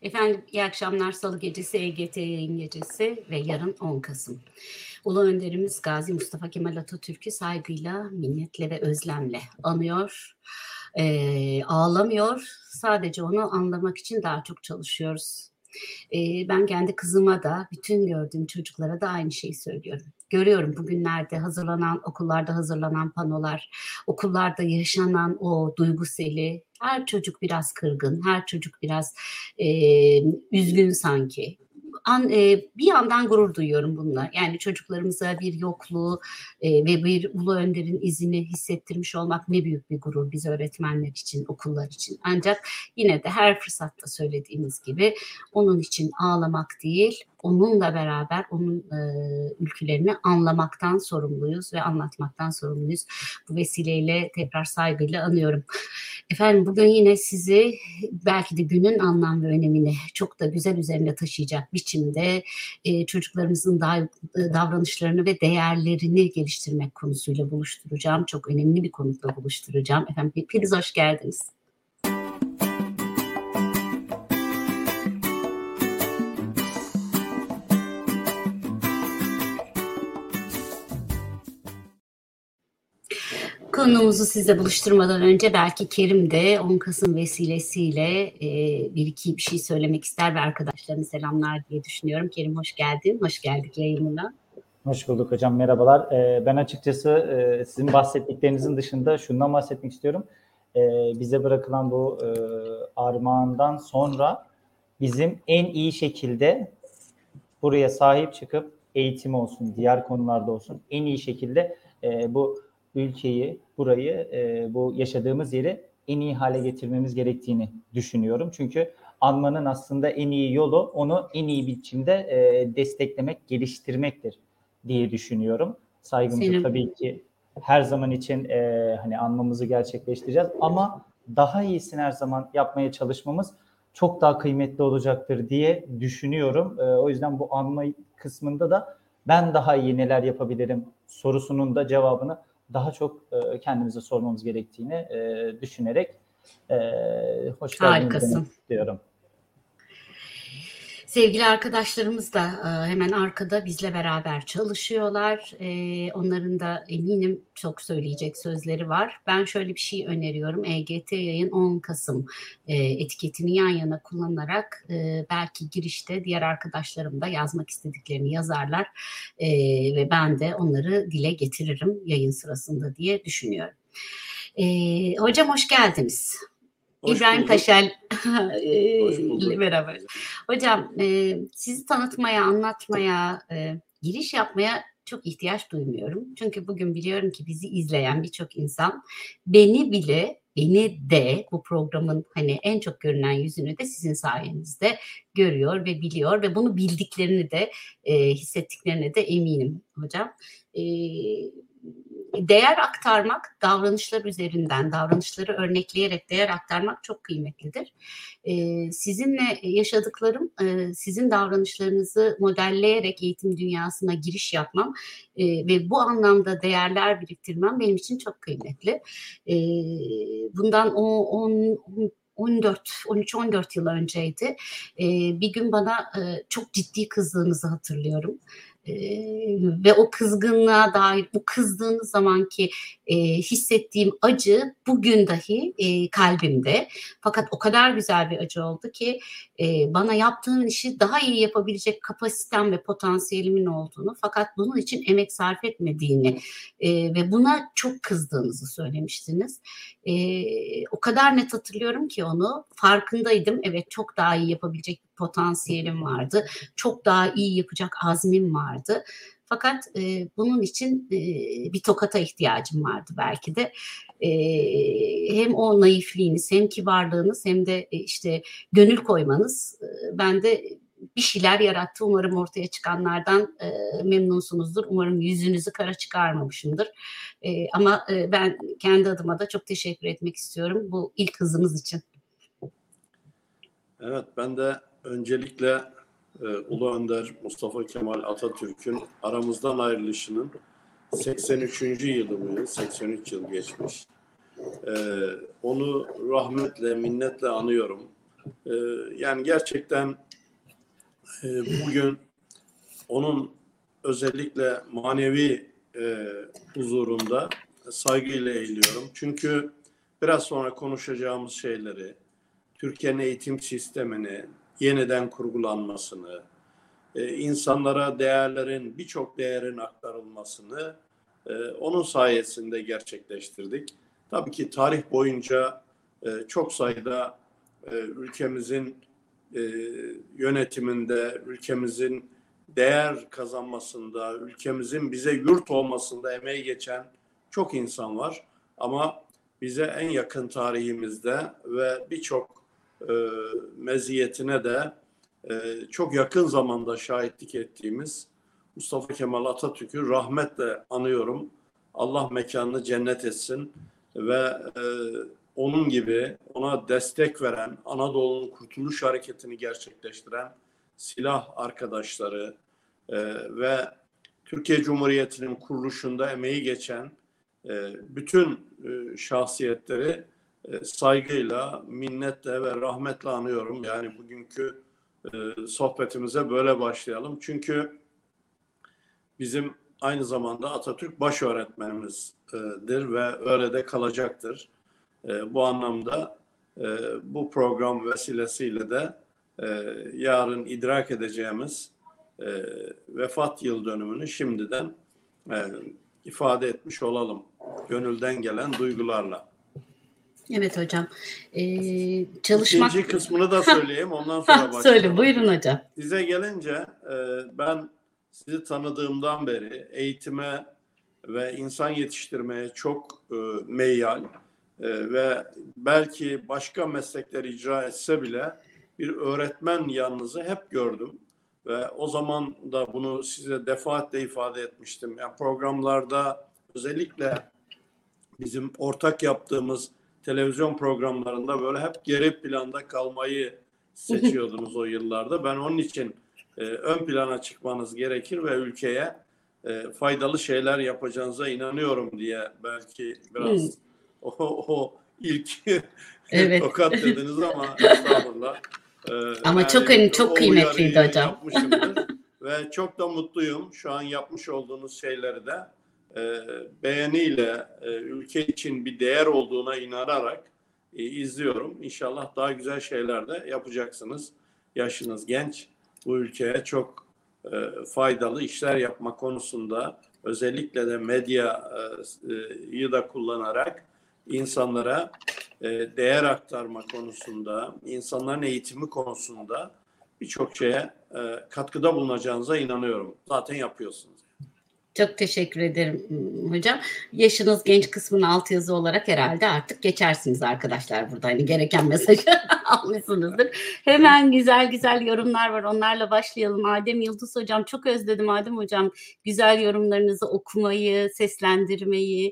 Efendim iyi akşamlar. Salı gecesi EGT yayın gecesi ve yarın 10 Kasım. Ulu Önderimiz Gazi Mustafa Kemal Atatürk'ü saygıyla, minnetle ve özlemle anıyor. Ağlamıyor. Sadece onu anlamak için daha çok çalışıyoruz. Ben kendi kızıma da, bütün gördüğüm çocuklara da aynı şeyi söylüyorum. Görüyorum bugünlerde okullarda hazırlanan panolar, okullarda yaşanan o duygu seli. Her çocuk biraz kırgın, her çocuk biraz üzgün sanki. Bir yandan gurur duyuyorum bununla. Yani çocuklarımıza bir yokluğu ve bir ulu önderin izini hissettirmiş olmak ne büyük bir gurur biz öğretmenler için, okullar için. Ancak yine de her fırsatta söylediğimiz gibi onun için ağlamak değil, onunla beraber onun ülkülerini anlamaktan sorumluyuz ve anlatmaktan sorumluyuz. Bu vesileyle tekrar saygıyla anıyorum. Efendim bugün yine sizi belki de günün anlam ve önemini çok da güzel üzerine taşıyacak biçimde çocuklarımızın davranışlarını ve değerlerini geliştirmek konusuyla buluşturacağım. Çok önemli bir konukla buluşturacağım. Efendim hepiniz hoş geldiniz. Konuğumuzu sizle buluşturmadan önce belki Kerim de 10 Kasım vesilesiyle bir şey söylemek ister ve arkadaşlarına selamlar diye düşünüyorum. Kerim hoş geldin, hoş geldik yayınına. Hoş bulduk hocam, merhabalar. Ben açıkçası sizin bahsettiklerinizin dışında şundan bahsetmek istiyorum. Bize bırakılan bu armağandan sonra bizim en iyi şekilde buraya sahip çıkıp eğitim olsun, diğer konularda olsun en iyi şekilde bu ülkeyi, burayı, bu yaşadığımız yeri en iyi hale getirmemiz gerektiğini düşünüyorum. Çünkü anmanın aslında en iyi yolu onu en iyi biçimde desteklemek, geliştirmektir diye düşünüyorum. Saygımızı tabii ki her zaman için hani anmamızı gerçekleştireceğiz ama daha iyisini her zaman yapmaya çalışmamız çok daha kıymetli olacaktır diye düşünüyorum. O yüzden bu anma kısmında da ben daha iyi neler yapabilirim sorusunun da cevabını daha çok kendimize sormamız gerektiğini düşünerek hoş geldiniz demek istiyorum. Sevgili arkadaşlarımız da hemen arkada bizle beraber çalışıyorlar. Onların da eminim çok söyleyecek sözleri var. Ben şöyle bir şey öneriyorum. EGT yayın 10 Kasım etiketini yan yana kullanarak belki girişte diğer arkadaşlarım da yazmak istediklerini yazarlar. Ve ben de onları dile getiririm yayın sırasında diye düşünüyorum. Hocam hoş geldiniz. İbrahim Taşel ile beraber. Hocam sizi tanıtmaya, anlatmaya, giriş yapmaya çok ihtiyaç duymuyorum. Çünkü bugün biliyorum ki bizi izleyen birçok insan beni de bu programın hani en çok görünen yüzünü de sizin sayenizde görüyor ve biliyor ve bunu bildiklerini de hissettiklerine de eminim hocam. Değer aktarmak, davranışlar üzerinden, davranışları örnekleyerek değer aktarmak çok kıymetlidir. Sizinle yaşadıklarım, sizin davranışlarınızı modelleyerek eğitim dünyasına giriş yapmam ve bu anlamda değerler biriktirmem benim için çok kıymetli. Bundan 13-14 yıl önceydi. Bir gün bana çok ciddi kızdığınızı hatırlıyorum. Ve o kızgınlığa dair, bu kızdığınız zamanki hissettiğim acı bugün dahi kalbimde. Fakat o kadar güzel bir acı oldu ki bana yaptığım işi daha iyi yapabilecek kapasitem ve potansiyelimin olduğunu, fakat bunun için emek sarf etmediğini ve buna çok kızdığınızı söylemiştiniz. O kadar net hatırlıyorum ki onu, farkındaydım. Evet, çok daha iyi yapabilecek bir potansiyelim vardı. Çok daha iyi yapacak azmim vardı. Fakat bunun için bir tokata ihtiyacım vardı belki de. Hem o naifliğiniz, hem kibarlığınız, hem de işte gönül koymanız bende bir şeyler yarattı. Umarım ortaya çıkanlardan memnunsunuzdur. Umarım yüzünüzü kara çıkarmamışımdır. Ama ben kendi adıma da çok teşekkür etmek istiyorum bu ilk hızımız için. Evet, ben de öncelikle Ulu Önder Mustafa Kemal Atatürk'ün aramızdan ayrılışının 83. yılı bu yıl, 83 yıl geçmiş. Onu rahmetle, minnetle anıyorum. Yani gerçekten bugün onun özellikle manevi huzurunda saygıyla eğiliyorum. Çünkü biraz sonra konuşacağımız şeyleri, Türkiye'nin eğitim sistemini yeniden kurgulanmasını, insanlara birçok değerin aktarılmasını onun sayesinde gerçekleştirdik. Tabii ki tarih boyunca çok sayıda ülkemizin yönetiminde, ülkemizin değer kazanmasında, ülkemizin bize yurt olmasında emeği geçen çok insan var. Ama bize en yakın tarihimizde ve birçok meziyetine de çok yakın zamanda şahitlik ettiğimiz Mustafa Kemal Atatürk'ü rahmetle anıyorum. Allah mekanını cennet etsin ve onun gibi ona destek veren, Anadolu'nun Kurtuluş Hareketi'ni gerçekleştiren silah arkadaşları ve Türkiye Cumhuriyeti'nin kuruluşunda emeği geçen bütün şahsiyetleri saygıyla, minnetle ve rahmetle anıyorum. Yani bugünkü sohbetimize böyle başlayalım. Çünkü bizim aynı zamanda Atatürk baş öğretmenimizdir ve öyle de kalacaktır. Bu anlamda bu program vesilesiyle de yarın idrak edeceğimiz vefat yıl dönümünü şimdiden ifade etmiş olalım. Gönülden gelen duygularla. Evet hocam. Çalışmak... İkinci kısmını da söyleyeyim. Ondan sonra başlayalım. Söyle, buyurun hocam. Size gelince ben sizi tanıdığımdan beri eğitime ve insan yetiştirmeye çok meyyal ve belki başka meslekler icra etse bile bir öğretmen yanınızı hep gördüm. Ve o zaman da bunu size defaatle ifade etmiştim. Yani programlarda özellikle bizim ortak yaptığımız televizyon programlarında böyle hep geri planda kalmayı seçiyordunuz o yıllarda. Ben onun için ön plana çıkmanız gerekir ve ülkeye faydalı şeyler yapacağınıza inanıyorum diye belki biraz o ilk evet. tokat dediniz ama estağfurullah. Ama yani çok kıymetliydi hocam. Ve çok da mutluyum. Şu an yapmış olduğunuz şeyleri de beğeniyle ülke için bir değer olduğuna inanarak izliyorum. İnşallah daha güzel şeyler de yapacaksınız. Yaşınız genç. Bu ülkeye çok faydalı işler yapma konusunda özellikle de medyayı da kullanarak insanlara değer aktarma konusunda, insanların eğitimi konusunda birçok şeye katkıda bulunacağınıza inanıyorum. Zaten yapıyorsunuz. Çok teşekkür ederim hocam. Yaşınız genç kısmının alt yazı olarak herhalde artık geçersiniz arkadaşlar burada. Hani gereken mesajı almışsınızdır. Hemen güzel yorumlar var. Onlarla başlayalım. Adem Yıldız hocam, çok özledim Adem hocam. Güzel yorumlarınızı okumayı, seslendirmeyi.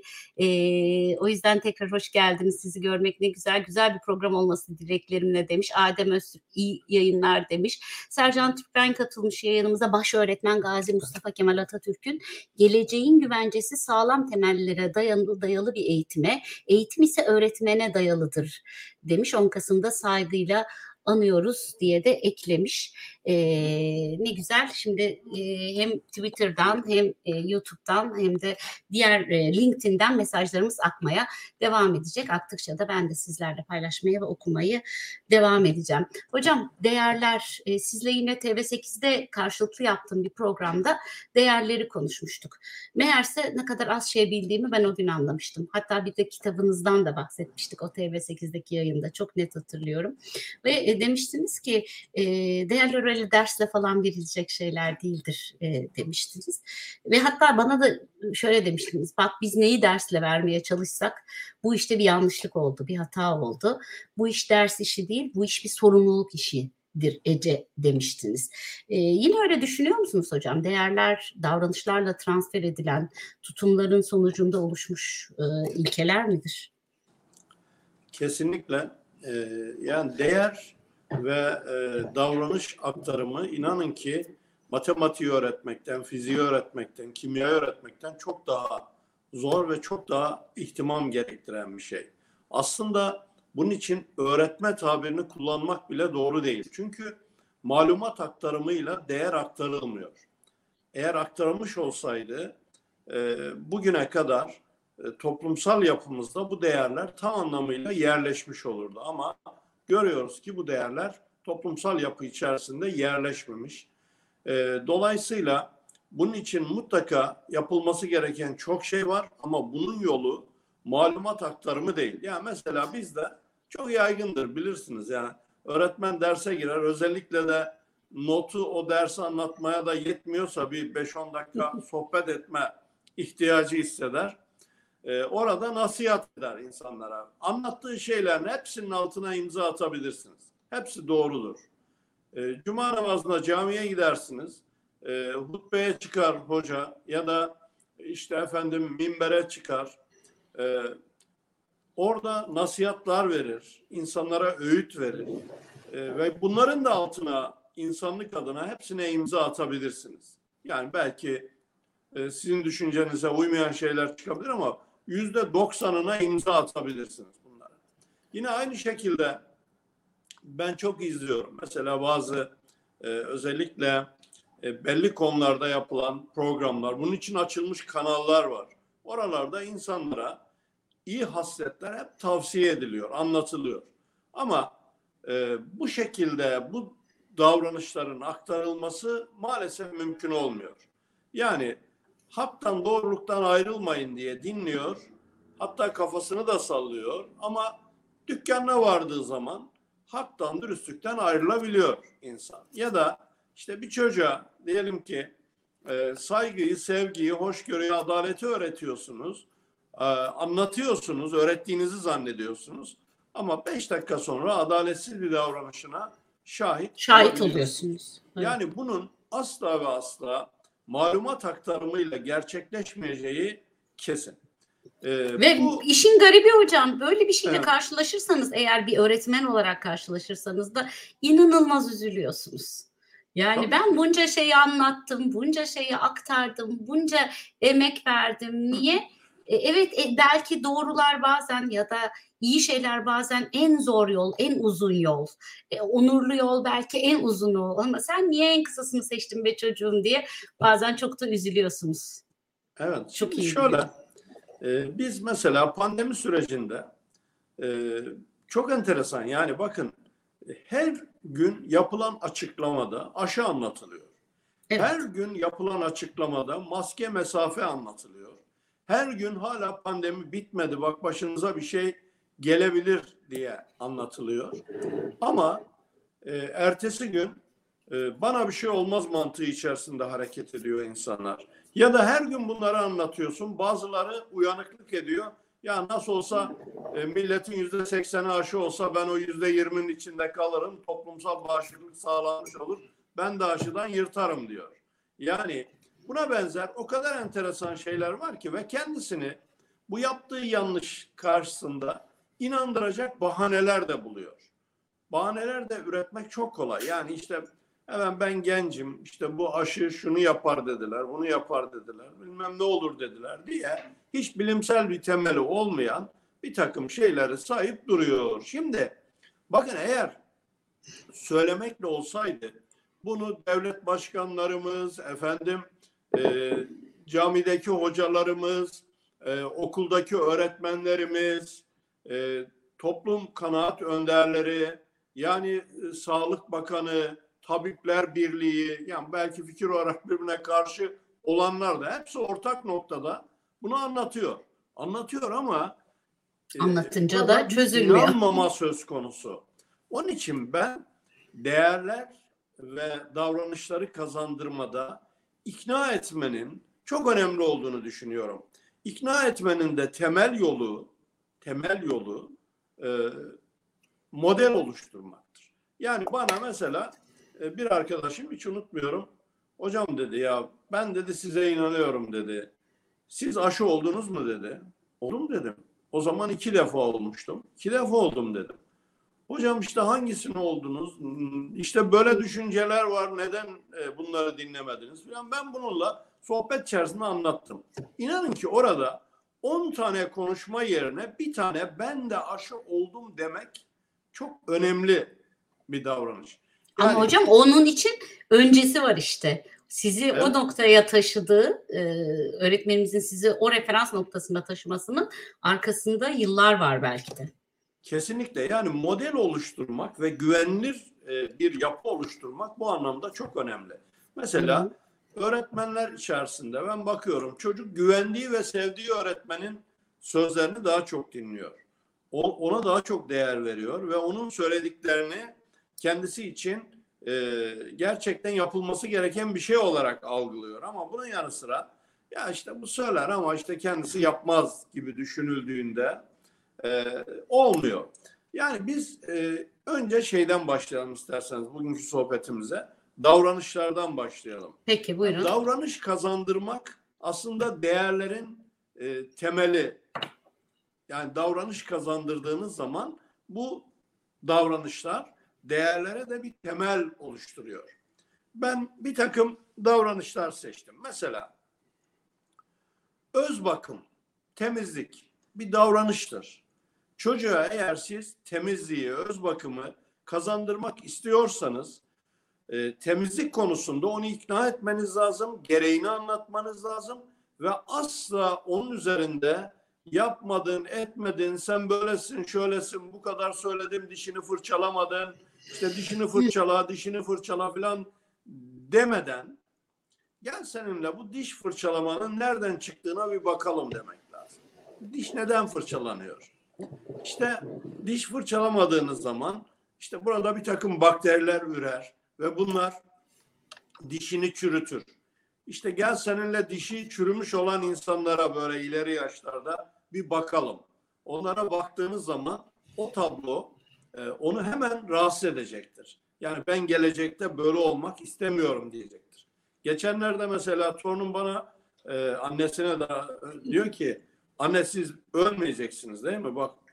O yüzden tekrar hoş geldiniz. Sizi görmek ne güzel. Güzel bir program olması dileklerimle demiş. Adem Öztürk iyi yayınlar demiş. Sercan Türkmen katılmış yayınımıza. Baş öğretmen Gazi Mustafa Kemal Atatürk'ün geleceğin güvencesi sağlam temellere dayalı bir eğitime, eğitim ise öğretmene dayalıdır demiş. 10 Kasım'da saygıyla anıyoruz diye de eklemiş. Ne güzel. Şimdi hem Twitter'dan hem YouTube'dan hem de diğer LinkedIn'den mesajlarımız akmaya devam edecek. Aktıkça da ben de sizlerle paylaşmaya ve okumayı devam edeceğim. Hocam değerler, sizle yine TV8'de karşılıklı yaptığım bir programda değerleri konuşmuştuk. Meğerse ne kadar az şey bildiğimi ben o gün anlamıştım. Hatta bir de kitabınızdan da bahsetmiştik o TV8'deki yayında. Çok net hatırlıyorum. Ve demiştiniz ki değerler öyle dersle falan verilecek şeyler değildir demiştiniz. Ve hatta bana da şöyle demiştiniz. Bak biz neyi dersle vermeye çalışsak bu işte bir yanlışlık oldu, bir hata oldu. Bu iş ders işi değil, bu iş bir sorumluluk işidir Ece demiştiniz. Yine öyle düşünüyor musunuz hocam? Değerler davranışlarla transfer edilen tutumların sonucunda oluşmuş ilkeler midir? Kesinlikle. Yani değer ve davranış aktarımı inanın ki matematiği öğretmekten, fiziği öğretmekten, kimya öğretmekten çok daha zor ve çok daha ihtimam gerektiren bir şey. Aslında bunun için öğretme tabirini kullanmak bile doğru değil. Çünkü malumat aktarımıyla değer aktarılmıyor. Eğer aktarılmış olsaydı bugüne kadar toplumsal yapımızda bu değerler tam anlamıyla yerleşmiş olurdu. Ama görüyoruz ki bu değerler toplumsal yapı içerisinde yerleşmemiş. Dolayısıyla bunun için mutlaka yapılması gereken çok şey var ama bunun yolu malumat aktarımı değil. Yani mesela bizde çok yaygındır bilirsiniz, yani öğretmen derse girer, özellikle de notu o dersi anlatmaya da yetmiyorsa bir 5-10 dakika sohbet etme ihtiyacı hisseder. Orada nasihat eder insanlara. Anlattığı şeylerin hepsinin altına imza atabilirsiniz. Hepsi doğrudur. Cuma namazına camiye gidersiniz. Hutbeye çıkar hoca ya da işte efendim minbere çıkar. Orada nasihatler verir. İnsanlara öğüt verir. Ve bunların da altına insanlık adına hepsine imza atabilirsiniz. Yani belki sizin düşüncenize uymayan şeyler çıkabilir ama %90'ına imza atabilirsiniz bunlara. Yine aynı şekilde ben çok izliyorum. Mesela bazı özellikle belli konularda yapılan programlar, bunun için açılmış kanallar var. Oralarda insanlara iyi hasletler hep tavsiye ediliyor, anlatılıyor. Ama bu şekilde bu davranışların aktarılması maalesef mümkün olmuyor. Yani haktan doğruluktan ayrılmayın diye dinliyor, hatta kafasını da sallıyor ama dükkanına vardığı zaman haktan dürüstlükten ayrılabiliyor insan. Ya da işte bir çocuğa diyelim ki saygıyı, sevgiyi, hoşgörüyü, adaleti öğretiyorsunuz, anlatıyorsunuz, öğrettiğinizi zannediyorsunuz ama 5 dakika sonra adaletsiz bir davranışına şahit oluyorsunuz. Evet. Yani bunun asla ve asla malumat aktarımıyla gerçekleşmeyeceği kesin. Ve işin garibi hocam, böyle bir şeyle karşılaşırsanız, eğer bir öğretmen olarak karşılaşırsanız da inanılmaz üzülüyorsunuz. Yani ben bunca şeyi anlattım, bunca şeyi aktardım, bunca emek verdim. Niye? Evet, belki doğrular bazen ya da iyi şeyler bazen en zor yol, en uzun yol. Onurlu yol belki en uzun yol ama sen niye en kısasını seçtin be çocuğum diye bazen çok da üzülüyorsunuz. Evet, çok iyi şöyle. Biz mesela pandemi sürecinde çok enteresan, yani bakın her gün yapılan açıklamada aşı anlatılıyor. Evet. Her gün yapılan açıklamada maske, mesafe anlatılıyor. Her gün hala pandemi bitmedi, bak başınıza bir şey gelebilir diye anlatılıyor. Ama ertesi gün bana bir şey olmaz mantığı içerisinde hareket ediyor insanlar. Ya da her gün bunları anlatıyorsun. Bazıları uyanıklık ediyor. Ya nasıl olsa milletin %80'i aşı olsa ben o %20'nin içinde kalırım. Toplumsal bağışıklık sağlanmış olur. Ben de aşıdan yırtarım diyor. Yani buna benzer o kadar enteresan şeyler var ki ve kendisini bu yaptığı yanlış karşısında inandıracak bahaneler de buluyor. Bahaneler de üretmek çok kolay. Yani işte hemen ben gencim, işte bu aşı şunu yapar dediler, bunu yapar dediler, bilmem ne olur dediler diye hiç bilimsel bir temeli olmayan bir takım şeyleri sayıp duruyor. Şimdi bakın, eğer söylemekle olsaydı bunu devlet başkanlarımız, camideki hocalarımız, okuldaki öğretmenlerimiz, toplum kanaat önderleri, yani Sağlık Bakanı, Tabipler Birliği, yani belki fikir olarak birbirine karşı olanlar da hepsi ortak noktada bunu anlatıyor. Anlatıyor ama anlatınca da çözülmüyor. İnanmama söz konusu. Onun için ben değerler ve davranışları kazandırmada ikna etmenin çok önemli olduğunu düşünüyorum. İkna etmenin de temel yolu model oluşturmaktır. Yani bana mesela bir arkadaşım, hiç unutmuyorum, hocam dedi, ya ben dedi size inanıyorum dedi. Siz aşı oldunuz mu dedi. Oldum dedim. O zaman 2 defa olmuştum. 2 defa oldum dedim. Hocam işte hangisini oldunuz? İşte böyle düşünceler var. Neden bunları dinlemediniz? Yani ben bununla sohbet içerisinde anlattım. İnanın ki orada 10 tane konuşma yerine bir tane ben de aşı oldum demek çok önemli bir davranış. Yani, ama hocam onun için öncesi var işte. Sizi evet, o noktaya taşıdığı, öğretmenimizin sizi o referans noktasına taşımasının arkasında yıllar var belki de. Kesinlikle, yani model oluşturmak ve güvenilir bir yapı oluşturmak bu anlamda çok önemli. Mesela öğretmenler içerisinde ben bakıyorum, çocuk güvendiği ve sevdiği öğretmenin sözlerini daha çok dinliyor. Ona daha çok değer veriyor ve onun söylediklerini kendisi için gerçekten yapılması gereken bir şey olarak algılıyor. Ama bunun yanı sıra ya işte bu söyler ama işte kendisi yapmaz gibi düşünüldüğünde olmuyor. Yani biz önce şeyden başlayalım isterseniz bugünkü sohbetimize. Davranışlardan başlayalım. Peki buyurun. Davranış kazandırmak aslında değerlerin temeli. Yani davranış kazandırdığınız zaman bu davranışlar değerlere de bir temel oluşturuyor. Ben bir takım davranışlar seçtim. Mesela öz bakım, temizlik bir davranıştır. Çocuğa eğer siz temizliği, öz bakımı kazandırmak istiyorsanız temizlik konusunda onu ikna etmeniz lazım, gereğini anlatmanız lazım ve asla onun üzerinde yapmadın, etmedin, sen böylesin, şöylesin, bu kadar söyledim, dişini fırçalamadın, işte dişini fırçala falan demeden gel seninle bu diş fırçalamanın nereden çıktığına bir bakalım demek lazım. Diş neden fırçalanıyor? İşte diş fırçalamadığınız zaman işte burada bir takım bakteriler ürer ve bunlar dişini çürütür. İşte gel seninle dişi çürümüş olan insanlara böyle ileri yaşlarda bir bakalım. Onlara baktığınız zaman o tablo onu hemen rahatsız edecektir. Yani ben gelecekte böyle olmak istemiyorum diyecektir. Geçenlerde mesela torunum bana annesine de diyor ki anne siz ölmeyeceksiniz değil mi? Bak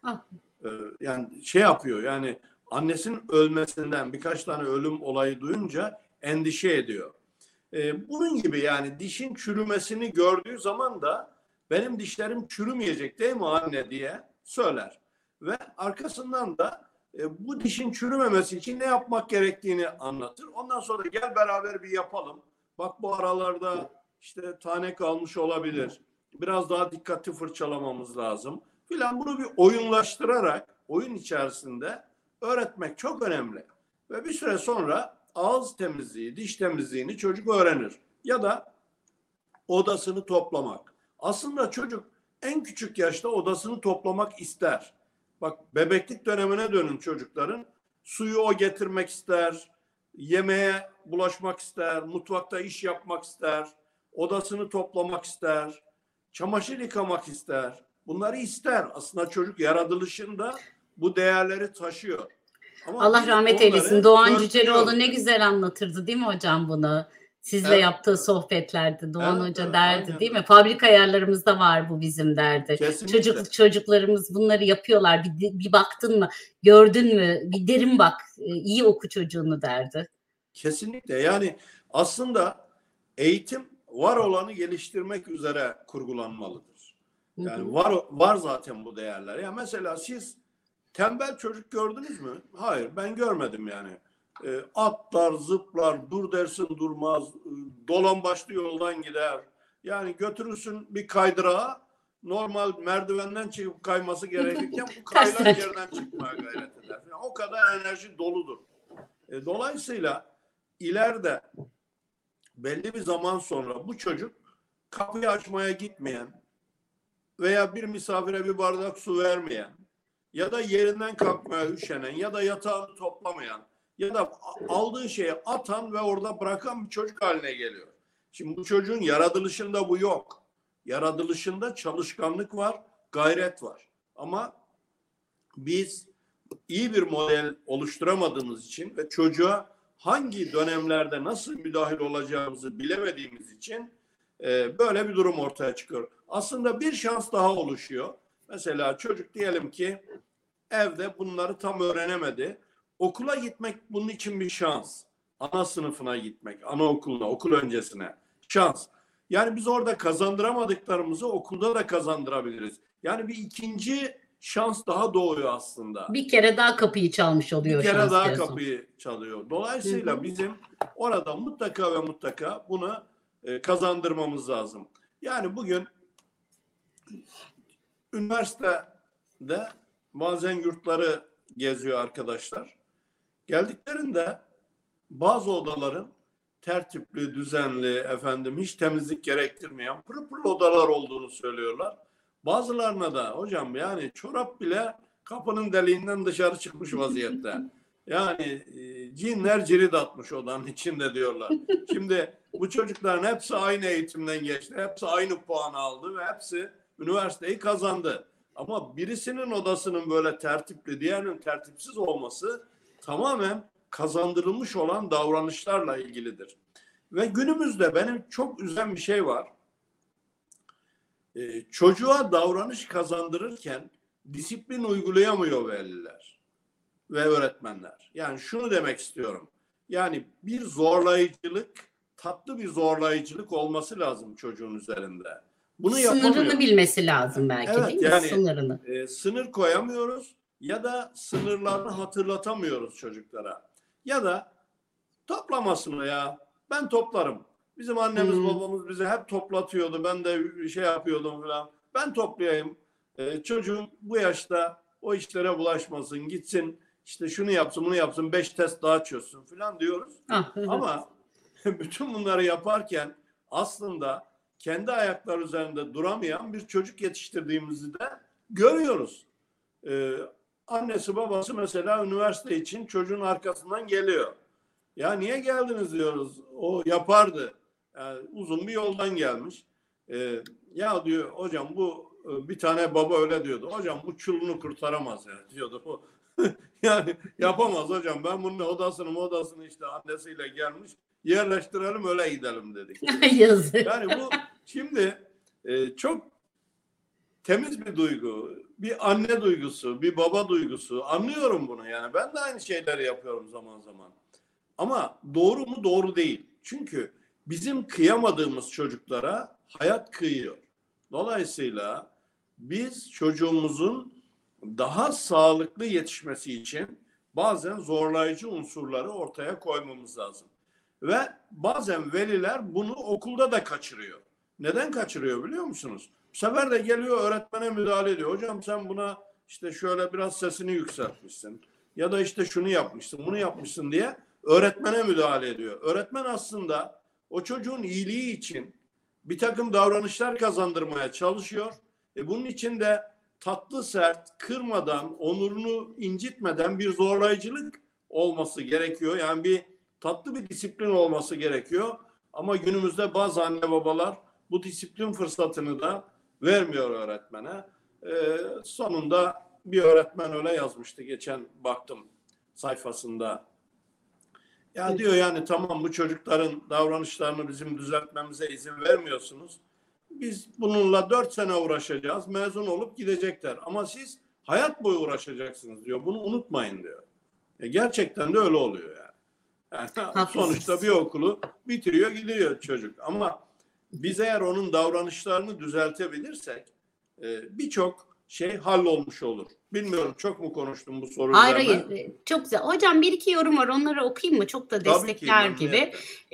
yani şey yapıyor yani annesinin ölmesinden birkaç tane ölüm olayı duyunca endişe ediyor. Bunun gibi yani dişin çürümesini gördüğü zaman da benim dişlerim çürümeyecek değil mi anne diye söyler. Ve arkasından da bu dişin çürümemesi için ne yapmak gerektiğini anlatır. Ondan sonra gel beraber bir yapalım. Bak bu aralarda işte tane kalmış olabilir. Biraz daha dikkatli fırçalamamız lazım filan. Bunu bir oyunlaştırarak oyun içerisinde öğretmek çok önemli. Ve bir süre sonra ağız temizliği, diş temizliğini çocuk öğrenir. Ya da odasını toplamak. Aslında çocuk en küçük yaşta odasını toplamak ister. Bak bebeklik dönemine dönün çocukların. Suyu o getirmek ister, yemeğe bulaşmak ister, mutfakta iş yapmak ister, odasını toplamak ister, çamaşır yıkamak ister. Bunları ister. Aslında çocuk yaratılışında bu değerleri taşıyor. Ama Allah rahmet eylesin. Doğan Cüceloğlu ne güzel anlatırdı değil mi hocam bunu? Sizle yaptığı sohbetlerde Doğan Hoca derdi aynen. Değil mi? Fabrika ayarlarımızda var bu bizim derdi. Çocuklarımız bunları yapıyorlar. Bir baktın mı? Gördün mü? Bir derin bak. İyi oku çocuğunu derdi. Kesinlikle. Yani aslında eğitim var olanı geliştirmek üzere kurgulanmalıdır. Yani var zaten bu değerler. Ya mesela siz tembel çocuk gördünüz mü? Hayır, ben görmedim yani. Atlar, zıplar, dur dersin durmaz, dolambaçlı yoldan gider. Yani götürürsün bir kaydırağa, normal merdivenden çıkıp kayması gerekirken bu kaygan yerden çıkmaya gayret eder. Yani o kadar enerji doludur. Dolayısıyla ileride belli bir zaman sonra bu çocuk kapıyı açmaya gitmeyen veya bir misafire bir bardak su vermeyen ya da yerinden kalkmaya üşenen ya da yatağını toplamayan ya da aldığı şeyi atan ve orada bırakan bir çocuk haline geliyor. Şimdi bu çocuğun yaratılışında bu yok. Yaratılışında çalışkanlık var, gayret var. Ama biz iyi bir model oluşturamadığımız için ve çocuğa hangi dönemlerde nasıl müdahil olacağımızı bilemediğimiz için böyle bir durum ortaya çıkıyor. Aslında bir şans daha oluşuyor. Mesela çocuk diyelim ki evde bunları tam öğrenemedi. Okula gitmek bunun için bir şans. Ana sınıfına gitmek, anaokuluna, okul öncesine şans. Yani biz orada kazandıramadıklarımızı okulda da kazandırabiliriz. Yani bir ikinci şans daha doğuyor aslında. Bir kere daha kapıyı çalmış Bir oluyor kere şans daha diyorsun. kapıyı çalıyor. Dolayısıyla bizim orada mutlaka ve mutlaka bunu kazandırmamız lazım. Yani bugün üniversitede bazen yurtları geziyor arkadaşlar. Geldiklerinde bazı odaların tertipli, düzenli, hiç temizlik gerektirmeyen pırıl pırıl odalar olduğunu söylüyorlar. Bazılarına da hocam yani çorap bile kapının deliğinden dışarı çıkmış vaziyette. Yani cinler cirit atmış odanın içinde diyorlar. Şimdi bu çocukların hepsi aynı eğitimden geçti. Hepsi aynı puan aldı ve hepsi üniversiteyi kazandı. Ama birisinin odasının böyle tertipli, diğerinin tertipsiz olması tamamen kazandırılmış olan davranışlarla ilgilidir. Ve günümüzde benim çok üzen bir şey var. Çocuğa davranış kazandırırken disiplin uygulayamıyor veliler ve öğretmenler. Yani şunu demek istiyorum. Yani bir zorlayıcılık, tatlı bir zorlayıcılık olması lazım çocuğun üzerinde. Bunu yapamıyor. Sınırını bilmesi lazım belki, Evet, değil mi? yani Sınırını. Sınır koyamıyoruz ya da sınırlarını hatırlatamıyoruz çocuklara. Ya da toplamasını ya. Ben toplarım. Bizim annemiz babamız bize hep toplatıyordu. Ben de şey yapıyordum falan. Ben toplayayım. Çocuğum bu yaşta o işlere bulaşmasın. Gitsin işte şunu yapsın bunu yapsın. 5 test daha çözsün falan diyoruz. Ama bütün bunları yaparken aslında kendi ayakları üzerinde duramayan bir çocuk yetiştirdiğimizi de görüyoruz. Annesi babası mesela üniversite için çocuğun arkasından geliyor. Ya niye geldiniz diyoruz. O yapardı. Yani uzun bir yoldan gelmiş. Ya diyor hocam bu bir tane baba öyle diyordu. Hocam bu çulunu kurtaramaz ya diyordu. O yani yapamaz hocam. Ben bunun odasını işte annesiyle gelmiş. Yerleştirelim öyle gidelim dedik. Yazık. Yani bu şimdi çok temiz bir duygu. Bir anne duygusu, bir baba duygusu. Anlıyorum bunu yani. Ben de aynı şeyleri yapıyorum zaman zaman. Ama doğru mu? Doğru değil. Çünkü bizim kıyamadığımız çocuklara hayat kıyıyor. Dolayısıyla biz çocuğumuzun daha sağlıklı yetişmesi için bazen zorlayıcı unsurları ortaya koymamız lazım. Ve bazen veliler bunu okulda da kaçırıyor. Neden kaçırıyor biliyor musunuz? Bu sefer de geliyor öğretmene müdahale ediyor. Hocam sen buna işte şöyle biraz sesini yükseltmişsin. Ya da işte şunu yapmışsın, bunu yapmışsın diye öğretmene müdahale ediyor. Öğretmen aslında o çocuğun iyiliği için bir takım davranışlar kazandırmaya çalışıyor. Bunun için de tatlı sert, kırmadan, onurunu incitmeden bir zorlayıcılık olması gerekiyor. Yani bir tatlı bir disiplin olması gerekiyor. Ama günümüzde bazı anne babalar bu disiplin fırsatını da vermiyor öğretmene. Sonunda bir öğretmen öyle yazmıştı. Geçen baktım sayfasında. Ya diyor yani tamam bu çocukların davranışlarını bizim düzeltmemize izin vermiyorsunuz. Biz bununla 4 sene uğraşacağız. Mezun olup gidecekler. Ama siz hayat boyu uğraşacaksınız diyor. Bunu unutmayın diyor. Gerçekten de öyle oluyor yani. Sonuçta bir okulu bitiriyor gidiyor çocuk. Ama biz eğer onun davranışlarını düzeltebilirsek birçok şey hallolmuş olur. Bilmiyorum çok mu konuştum bu soru üzerine? Hayır, çok güzel. Hocam bir iki yorum var. Onları okuyayım mı? Çok da destekler gibi.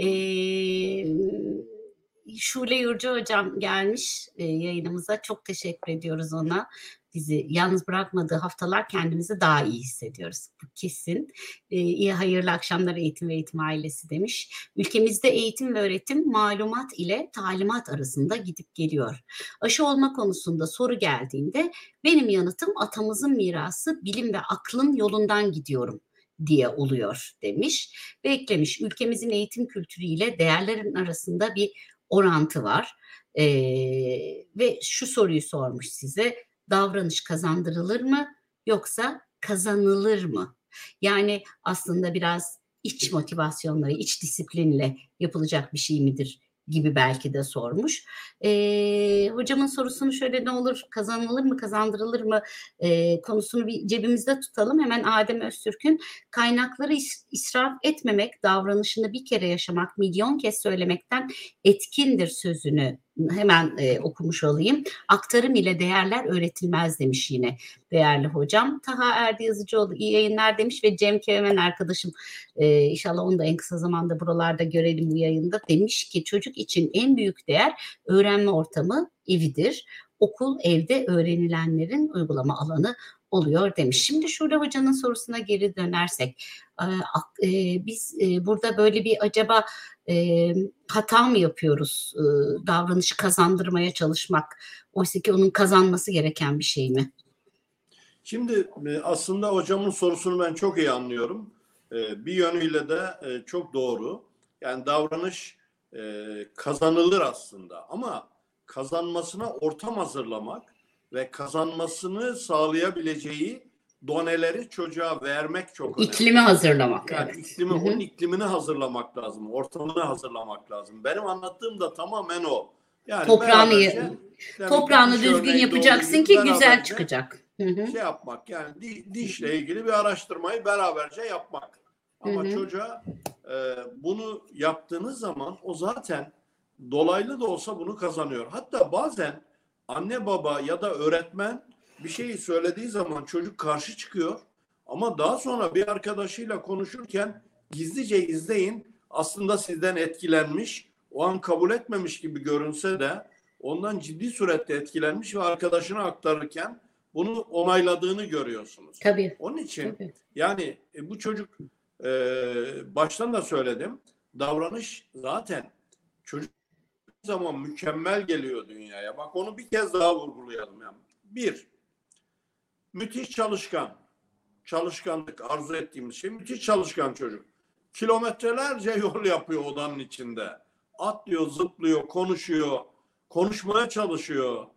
Şule Yurcu hocam gelmiş yayınımıza. Çok teşekkür ediyoruz ona. Bizi yalnız bırakmadığı haftalar kendimizi daha iyi hissediyoruz. Bu kesin. İyi hayırlı akşamlar eğitim ve eğitim ailesi demiş. Ülkemizde eğitim ve öğretim malumat ile talimat arasında gidip geliyor. Aşı olma konusunda soru geldiğinde benim yanıtım atamızın mirası bilim ve aklın yolundan gidiyorum diye oluyor demiş. Ve eklemiş ülkemizin eğitim kültürüyle değerlerin arasında bir orantı var. Ve şu soruyu sormuş size. Davranış kazandırılır mı yoksa kazanılır mı? Yani aslında biraz iç motivasyonları, iç disiplinle yapılacak bir şey midir gibi belki de sormuş. Hocamın sorusunu şöyle, ne olur kazanılır mı, kazandırılır mı konusunu bir cebimizde tutalım. Hemen Adem Öztürk'ün kaynakları israf etmemek, davranışını bir kere yaşamak, milyon kez söylemekten etkindir sözünü hemen okumuş olayım. Aktarım ile değerler öğretilmez demiş yine değerli hocam. Taha Erdi Yazıcıoğlu iyi yayınlar demiş ve Cem Keven arkadaşım, inşallah onu da en kısa zamanda buralarda görelim bu yayında, demiş ki çocuk için en büyük değer öğrenme ortamı evidir. Okul evde öğrenilenlerin uygulama alanı oluyor demiş. Şimdi şurada hocanın sorusuna geri dönersek, biz burada böyle bir acaba hata mı yapıyoruz? Davranışı kazandırmaya çalışmak, oysa ki onun kazanması gereken bir şey mi? Şimdi aslında hocamın sorusunu ben çok iyi anlıyorum. Bir yönüyle de çok doğru. Yani davranış kazanılır aslında, ama kazanmasına ortam hazırlamak ve kazanmasını sağlayabileceği doneleri çocuğa vermek çok önemli. İklimi hazırlamak. Yani evet. onun iklimini hazırlamak lazım, ortamını hazırlamak lazım. Benim anlattığım da tamamen o. Yani toprağını düzgün yapacaksın ki güzel çıkacak. Şey yapmak, yani dişle ilgili bir araştırmayı beraberce yapmak. Ama çocuğa bunu yaptığınız zaman o zaten dolaylı da olsa bunu kazanıyor. Hatta bazen anne baba ya da öğretmen bir şeyi söylediği zaman çocuk karşı çıkıyor. Ama daha sonra bir arkadaşıyla konuşurken gizlice izleyin, aslında sizden etkilenmiş, o an kabul etmemiş gibi görünse de ondan ciddi surette etkilenmiş ve arkadaşına aktarırken bunu onayladığını görüyorsunuz. Tabii. Onun için yani bu çocuk, baştan da söyledim, davranış zaten çocuk zaman mükemmel geliyor dünyaya. Bak, onu bir kez daha vurgulayalım. Yani. Bir, müthiş çalışkan. Çalışkanlık arzu ettiğimiz şey, müthiş çalışkan çocuk. Kilometrelerce yol yapıyor odanın içinde. Atlıyor, zıplıyor, konuşuyor, konuşmaya çalışıyor.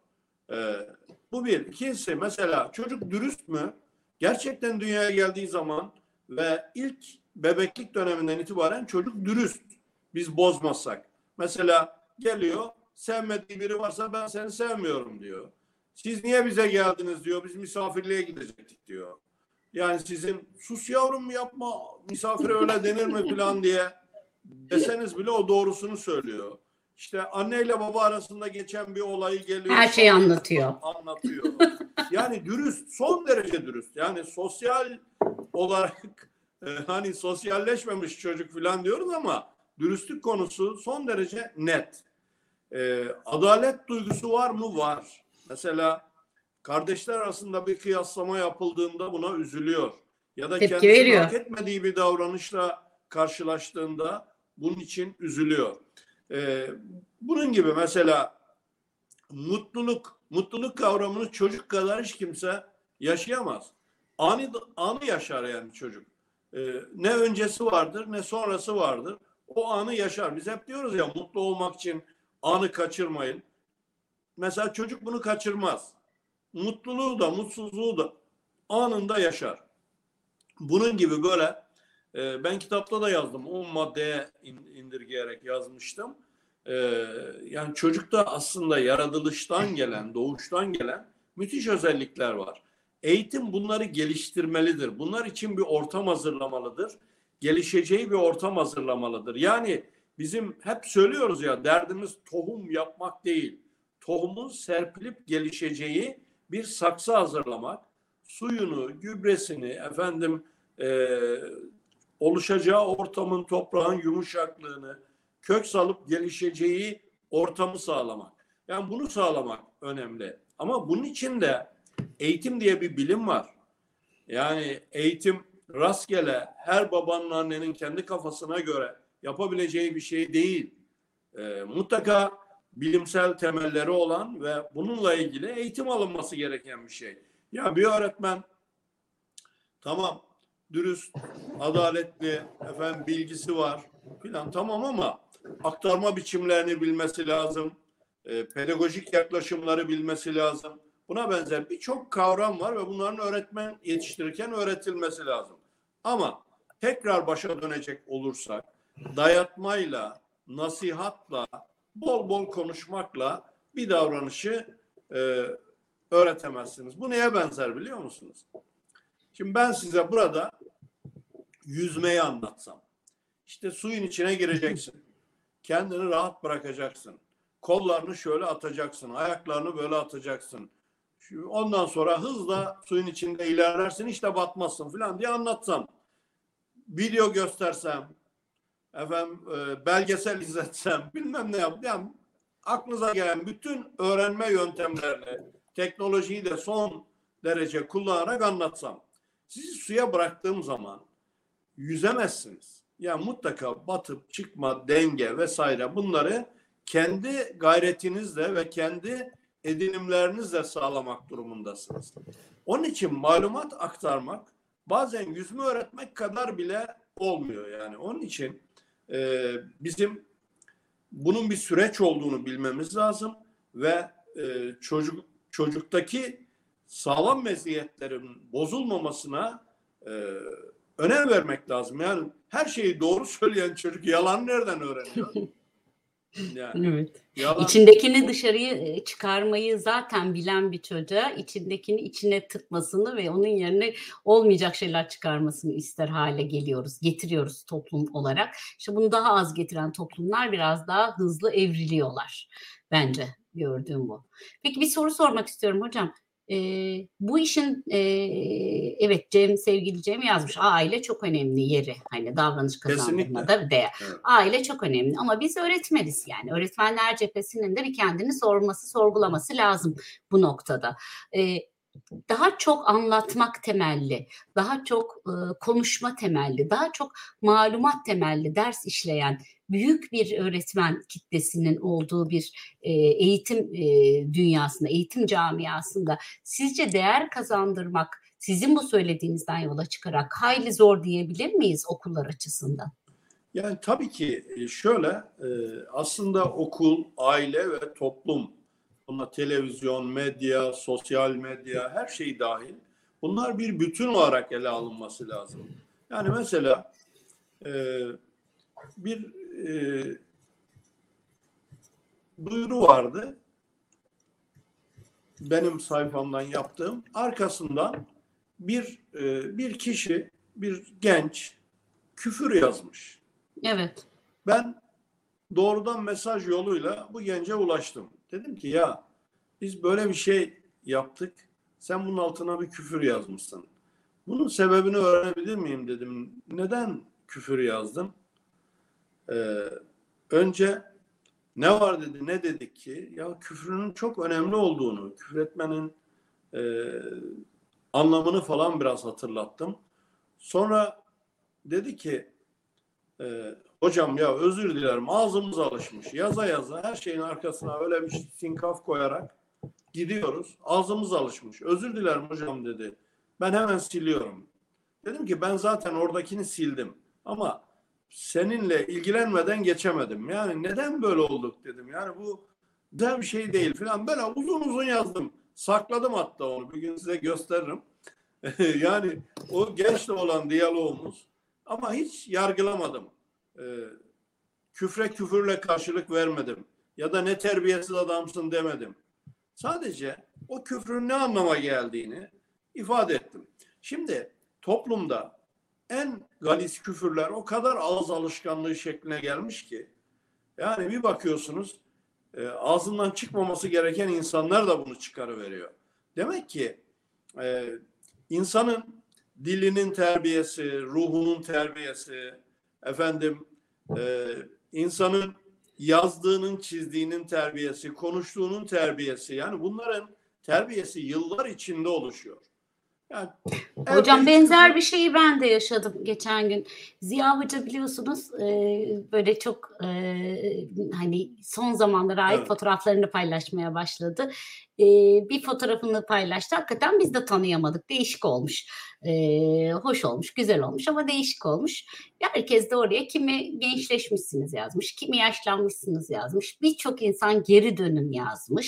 Bu bir. İkincisi, mesela çocuk dürüst mü? Gerçekten dünyaya geldiği zaman ve ilk bebeklik döneminden itibaren çocuk dürüst. Biz bozmazsak. Mesela geliyor, sevmediği biri varsa ben seni sevmiyorum diyor. Siz niye bize geldiniz diyor. Biz misafirliğe gidecektik diyor. Yani sizin sus yavrum yapma, misafire öyle denir mi falan diye deseniz bile o doğrusunu söylüyor. İşte anneyle baba arasında geçen bir olayı geliyor. Her şeyi anlatıyor. Yani dürüst, son derece dürüst. Yani sosyal olarak hani sosyalleşmemiş çocuk falan diyoruz ama dürüstlük konusu son derece net. Adalet duygusu var mı? Var. Mesela kardeşler arasında bir kıyaslama yapıldığında buna üzülüyor. Ya da kendisinin hak etmediği bir davranışla karşılaştığında bunun için üzülüyor. Bunun gibi mesela mutluluk kavramını çocuk kadar hiç kimse yaşayamaz. Anı yaşar yani çocuk. Ne öncesi vardır ne sonrası vardır. O anı yaşar. Biz hep diyoruz ya, mutlu olmak için anı kaçırmayın. Mesela çocuk bunu kaçırmaz. Mutluluğu da mutsuzluğu da anında yaşar. Bunun gibi böyle ben kitapta da yazdım. 10 maddeye indirgeyerek yazmıştım. Yani çocukta aslında yaratılıştan gelen, doğuştan gelen müthiş özellikler var. Eğitim bunları geliştirmelidir. Bunlar için bir ortam hazırlamalıdır. Gelişeceği bir ortam hazırlamalıdır. Yani bizim hep söylüyoruz ya, derdimiz tohum yapmak değil. Tohumun serpilip gelişeceği bir saksı hazırlamak, suyunu, gübresini, oluşacağı ortamın, toprağın yumuşaklığını, kök salıp gelişeceği ortamı sağlamak. Yani bunu sağlamak önemli. Ama bunun için de eğitim diye bir bilim var. Yani eğitim rastgele her babanın, annenin kendi kafasına göre yapabileceği bir şey değil. Mutlaka bilimsel temelleri olan ve bununla ilgili eğitim alınması gereken bir şey. Ya bir öğretmen tamam dürüst, adaletli, bilgisi var filan, tamam, ama aktarma biçimlerini bilmesi lazım. Pedagojik yaklaşımları bilmesi lazım. Buna benzer birçok kavram var ve bunların öğretmen yetiştirirken öğretilmesi lazım. Ama tekrar başa dönecek olursak, dayatmayla, nasihatla bol bol konuşmakla bir davranışı öğretemezsiniz. Bu neye benzer biliyor musunuz? Şimdi ben size burada yüzmeyi anlatsam. İşte suyun içine gireceksin. Kendini rahat bırakacaksın. Kollarını şöyle atacaksın. Ayaklarını böyle atacaksın. Ondan sonra hızla suyun içinde ilerlersin. İşte batmazsın falan diye anlatsam. Video göstersem, efendim belgesel izletsem, bilmem ne yap. Yani aklınıza gelen bütün öğrenme yöntemlerini, teknolojiyi de son derece kullanarak anlatsam. Sizi suya bıraktığım zaman yüzemezsiniz. Yani mutlaka batıp çıkma, denge vesaire bunları kendi gayretinizle ve kendi edinimlerinizle sağlamak durumundasınız. Onun için malumat aktarmak bazen yüzme öğretmek kadar bile olmuyor yani. Onun için bizim bunun bir süreç olduğunu bilmemiz lazım ve çocuktaki sağlam meziyetlerin bozulmamasına önem vermek lazım. Yani her şeyi doğru söyleyen çocuk yalan nereden öğreniyor? Yani, Evet. yalan... İçindekini dışarıya çıkarmayı zaten bilen bir çocuğa içindekini içine tıkmasını ve onun yerine olmayacak şeyler çıkarmasını ister hale getiriyoruz toplum olarak. İşte bunu daha az getiren toplumlar biraz daha hızlı evriliyorlar. Bence gördüğüm bu. Peki bir soru sormak istiyorum hocam. Bu işin evet sevgili Cem yazmış, aile çok önemli yeri, hani davranış kazandırmada değer. Evet. Aile çok önemli ama biz öğretmeniz, yani öğretmenler cephesinin de bir kendini sorgulaması lazım bu noktada. Daha çok anlatmak temelli, daha çok konuşma temelli, daha çok malumat temelli ders işleyen büyük bir öğretmen kitlesinin olduğu bir eğitim dünyasında, eğitim camiasında sizce değer kazandırmak, sizin bu söylediğinizden yola çıkarak hayli zor diyebilir miyiz okullar açısından? Yani tabii ki şöyle, aslında okul, aile ve toplum, buna televizyon, medya, sosyal medya, her şey dahil. Bunlar bir bütün olarak ele alınması lazım. Yani mesela bir duyuru vardı. Benim sayfamdan yaptığım. Arkasından bir kişi, bir genç küfür yazmış. Evet. Ben doğrudan mesaj yoluyla bu gence ulaştım. Dedim ki ya biz böyle bir şey yaptık. Sen bunun altına bir küfür yazmışsın. Bunun sebebini öğrenebilir miyim dedim. Neden küfür yazdın? Önce ne var dedi, ne dedik ki? Ya küfrünün çok önemli olduğunu, küfretmenin anlamını falan biraz hatırlattım. Sonra dedi ki hocam ya özür dilerim, ağzımız alışmış. Yaza yaza her şeyin arkasına öyle bir sinkaf koyarak gidiyoruz. Ağzımız alışmış. Özür dilerim hocam dedi. Ben hemen siliyorum. Dedim ki ben zaten oradakini sildim. Ama seninle ilgilenmeden geçemedim. Yani neden böyle olduk dedim. Yani bu güzel bir şey değil falan. Böyle uzun uzun yazdım. Sakladım hatta onu. Bir gün size gösteririm. Yani o gençle olan diyalogumuz. Ama hiç yargılamadım. Küfre küfürle karşılık vermedim. Ya da ne terbiyesiz adamsın demedim. Sadece o küfrün ne anlama geldiğini ifade ettim. Şimdi toplumda en galis küfürler o kadar ağız alışkanlığı şekline gelmiş ki yani bir bakıyorsunuz ağzından çıkmaması gereken insanlar da bunu çıkarıveriyor. Demek ki insanın dilinin terbiyesi, ruhunun terbiyesi, insanın yazdığının, çizdiğinin terbiyesi, konuştuğunun terbiyesi, yani bunların terbiyesi yıllar içinde oluşuyor. Yani, hocam benzer bir şeyi ben de yaşadım geçen gün. Ziya Hoca biliyorsunuz böyle çok hani son zamanlara ait fotoğraflarını paylaşmaya başladı. Bir fotoğrafını paylaştı. Hakikaten biz de tanıyamadık. Değişik olmuş. Hoş olmuş, güzel olmuş ama değişik olmuş. Herkes de oraya kimi gençleşmişsiniz yazmış, kimi yaşlanmışsınız yazmış. Birçok insan geri dönün yazmış.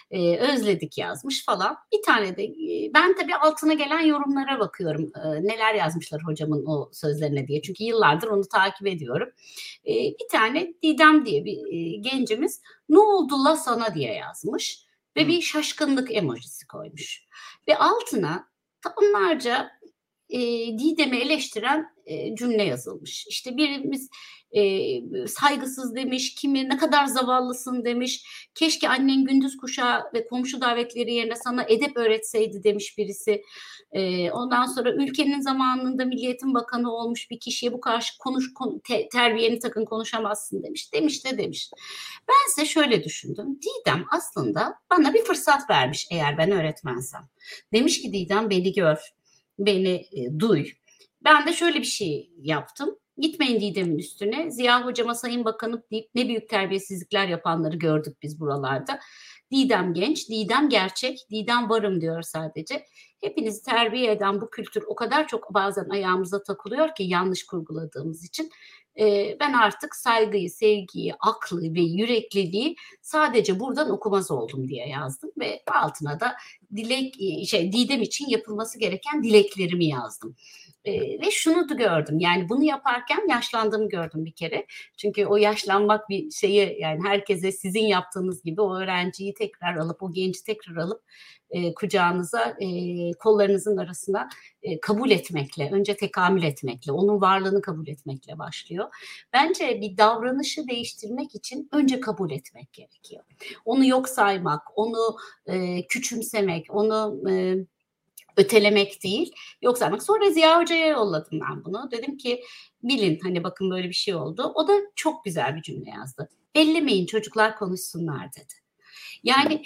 Özledik yazmış falan. Bir tane de ben tabii altına gelen yorumlara bakıyorum. Neler yazmışlar hocamın o sözlerine diye. Çünkü yıllardır onu takip ediyorum. Bir tane Didem diye bir gencimiz ne oldu la sana diye yazmış. Ve bir şaşkınlık emojisi koymuş. Ve altına onlarca Didem'i eleştiren cümle yazılmış. İşte birimiz saygısız demiş, kimi ne kadar zavallısın demiş, keşke annen gündüz kuşağı ve komşu davetleri yerine sana edep öğretseydi demiş birisi. Ondan sonra ülkenin zamanında Milli Eğitim Bakanı olmuş bir kişiye bu karşı terbiyeni takın konuşamazsın demiş. Demiş. Bense şöyle düşündüm. Didem aslında bana bir fırsat vermiş eğer ben öğretmensem. Demiş ki Didem beni gör, beni duy. Ben de şöyle bir şey yaptım. Gitmeyin Didem'in üstüne. Ziya Hocama Sayın Bakanım deyip ne büyük terbiyesizlikler yapanları gördük biz buralarda. Didem genç, Didem gerçek, Didem varım diyor sadece. Hepinizi terbiye eden bu kültür o kadar çok bazen ayağımıza takılıyor ki yanlış kurguladığımız için. Ben artık saygıyı, sevgiyi, aklı ve yürekliliği sadece buradan okumaz oldum diye yazdım ve altına da Didem için yapılması gereken dileklerimi yazdım. Ve şunu da gördüm, yani bunu yaparken yaşlandığımı gördüm bir kere. Çünkü o yaşlanmak bir şeyi, yani herkese sizin yaptığınız gibi o öğrenciyi tekrar alıp, o genci tekrar alıp kucağınıza, kollarınızın arasına kabul etmekle, önce tekamül etmekle, onun varlığını kabul etmekle başlıyor. Bence bir davranışı değiştirmek için önce kabul etmek gerekiyor. Onu yok saymak, onu küçümsemek, onu ötelemek değil, yok saymak. Sonra Ziya Hoca'ya yolladım ben bunu. Dedim ki bilin hani bakın böyle bir şey oldu. O da çok güzel bir cümle yazdı. Ellemeyin çocuklar konuşsunlar dedi. Yani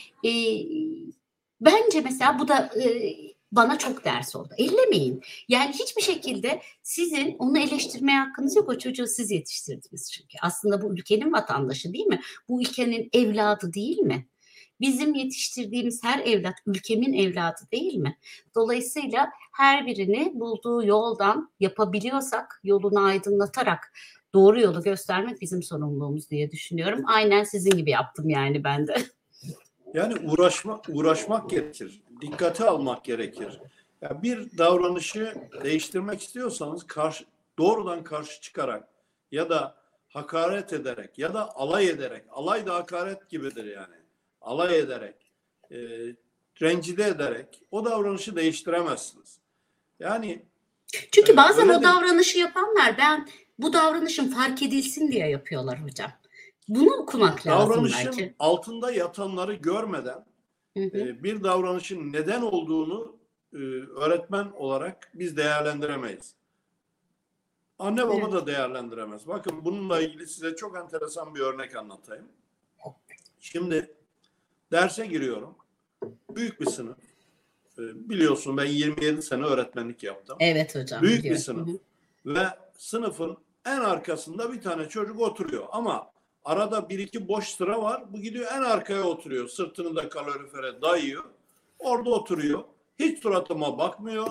bence mesela bu da bana çok ders oldu. Ellemeyin. Yani hiçbir şekilde sizin onu eleştirmeye hakkınız yok. O çocuğu siz yetiştirdiniz çünkü. Aslında bu ülkenin vatandaşı değil mi? Bu ülkenin evladı değil mi? Bizim yetiştirdiğimiz her evlat ülkemin evladı değil mi? Dolayısıyla her birini bulduğu yoldan yapabiliyorsak yolunu aydınlatarak doğru yolu göstermek bizim sorumluluğumuz diye düşünüyorum. Aynen sizin gibi yaptım yani ben de. Yani uğraşmak gerekir. Dikkate almak gerekir. Yani bir davranışı değiştirmek istiyorsanız doğrudan karşı çıkarak ya da hakaret ederek ya da alay ederek, alay da hakaret gibidir yani. Alay ederek, rencide ederek o davranışı değiştiremezsiniz. Yani çünkü bazen o davranışı yapanlar bu davranışın fark edilsin diye yapıyorlar hocam. Bunu okumak lazım davranışın belki. Davranışın altında yatanları görmeden bir davranışın neden olduğunu öğretmen olarak biz değerlendiremeyiz. Anne baba da değerlendiremez. Bakın bununla ilgili size çok enteresan bir örnek anlatayım. Şimdi derse giriyorum. Büyük bir sınıf. Biliyorsun ben 27 sene öğretmenlik yaptım. Evet hocam. Büyük bir sınıf. Ve sınıfın en arkasında bir tane çocuk oturuyor. Ama arada bir iki boş sıra var. Bu gidiyor en arkaya oturuyor. Sırtını da kalorifere dayıyor. Orada oturuyor. Hiç suratıma bakmıyor.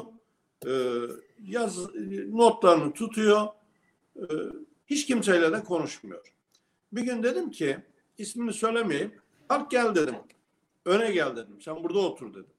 Notlarını tutuyor. Hiç kimseyle de konuşmuyor. Bir gün dedim ki ismini söylemeyeyim. Kalk gel dedim. Öne gel dedim. Sen burada otur dedim.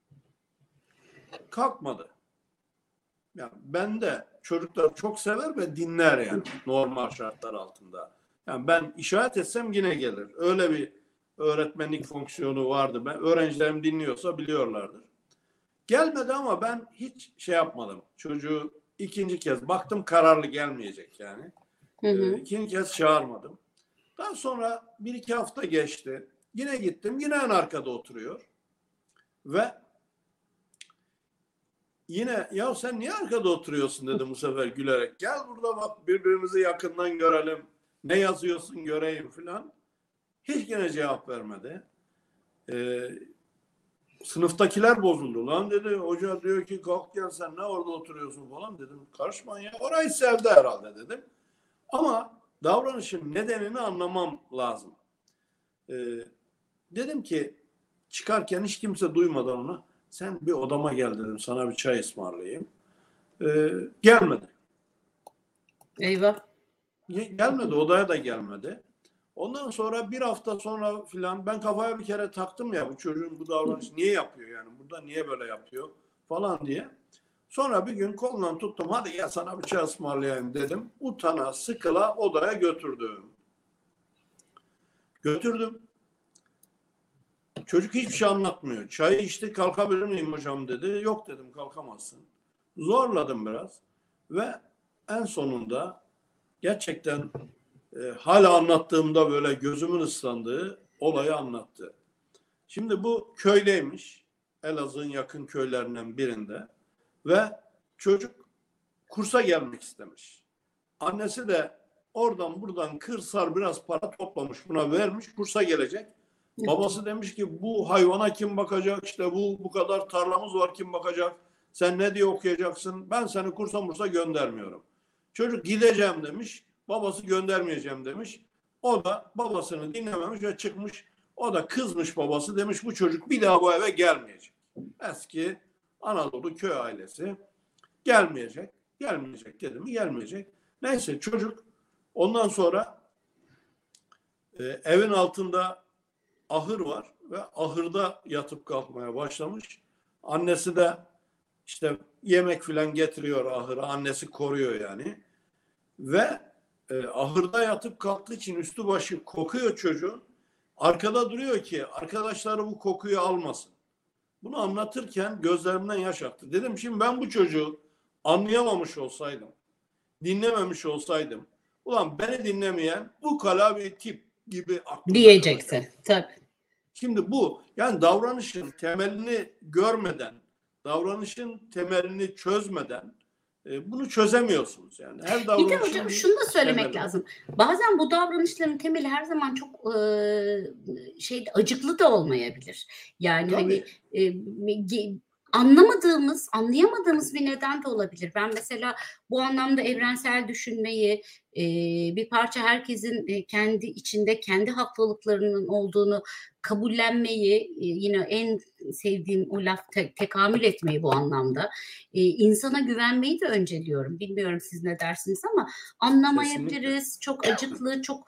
Kalkmadı. Yani ben de çocuklar çok sever ve dinler yani normal şartlar altında. Yani ben işaret etsem yine gelir. Öyle bir öğretmenlik fonksiyonu vardı. Ben öğrencilerim dinliyorsa biliyorlardır. Gelmedi ama ben hiç şey yapmadım. Çocuğu ikinci kez baktım kararlı gelmeyecek yani. İkinci kez çağırmadım. Daha sonra bir iki hafta geçti. Yine gittim. Yine en arkada oturuyor. Ve yine ya sen niye arkada oturuyorsun dedim bu sefer gülerek. Gel burada bak birbirimizi yakından görelim. Ne yazıyorsun göreyim filan. Hiç yine cevap vermedi. Sınıftakiler bozuldu. Lan dedi hoca diyor ki kalk gel sen ne orada oturuyorsun falan dedim. Karışmayın ya orayı sevdi herhalde dedim. Ama davranışın nedenini anlamam lazım. Dedim ki çıkarken hiç kimse duymadan ona sen bir odama gel dedim sana bir çay ısmarlayayım. Gelmedi. Eyvah. Gelmedi odaya da gelmedi. Ondan sonra bir hafta sonra filan ben kafaya bir kere taktım ya, bu çocuğun bu davranışı niye yapıyor yani, burada niye böyle yapıyor falan diye. Sonra bir gün kolundan tuttum, hadi gel sana bir çay ısmarlayayım dedim. Utana sıkıla odaya götürdüm. Çocuk hiçbir şey anlatmıyor. Çayı içti, kalkabilir miyim hocam dedi. Yok dedim, kalkamazsın. Zorladım biraz ve en sonunda gerçekten hala anlattığımda böyle gözümün ıslandığı olayı anlattı. Şimdi bu köydeymiş. Elazığ'ın yakın köylerinden birinde ve çocuk kursa gelmek istemiş. Annesi de oradan buradan kırsar biraz para toplamış, buna vermiş, kursa gelecek. Babası demiş ki bu hayvana kim bakacak, işte bu kadar tarlamız var, kim bakacak, sen ne diye okuyacaksın, ben seni kursa göndermiyorum. Çocuk gideceğim demiş, babası göndermeyeceğim demiş. O da babasını dinlememiş ve çıkmış. O da kızmış, babası demiş bu çocuk bir daha bu eve gelmeyecek. Eski Anadolu köy ailesi, gelmeyecek dedi mi gelmeyecek. Neyse çocuk ondan sonra evin altında ahır var ve ahırda yatıp kalkmaya başlamış. Annesi de işte yemek filan getiriyor ahıra. Annesi koruyor yani. Ve ahırda yatıp kalktığı için üstü başı kokuyor çocuğun. Arkada duruyor ki arkadaşları bu kokuyu almasın. Bunu anlatırken gözlerimden yaş aktı. Dedim şimdi ben bu çocuğu anlayamamış olsaydım, dinlememiş olsaydım, ulan beni dinlemeyen bu kala bir tip gibi diyeceksin. Tabii. Şimdi bu yani davranışın temelini görmeden, davranışın temelini çözmeden bunu çözemiyorsunuz yani. Her bir de hocam şunu da söylemek lazım. Bazen bu davranışların temeli her zaman çok acıklı da olmayabilir. Yani tabii. hani anlayamadığımız bir neden de olabilir. Ben mesela bu anlamda evrensel düşünmeyi, bir parça herkesin kendi içinde kendi haklılıklarının olduğunu kabullenmeyi, yine en sevdiğim o laf tekamül etmeyi bu anlamda, insana güvenmeyi de önceliyorum. Bilmiyorum siz ne dersiniz ama anlamayabiliriz. Kesinlikle. Çok acıklı, çok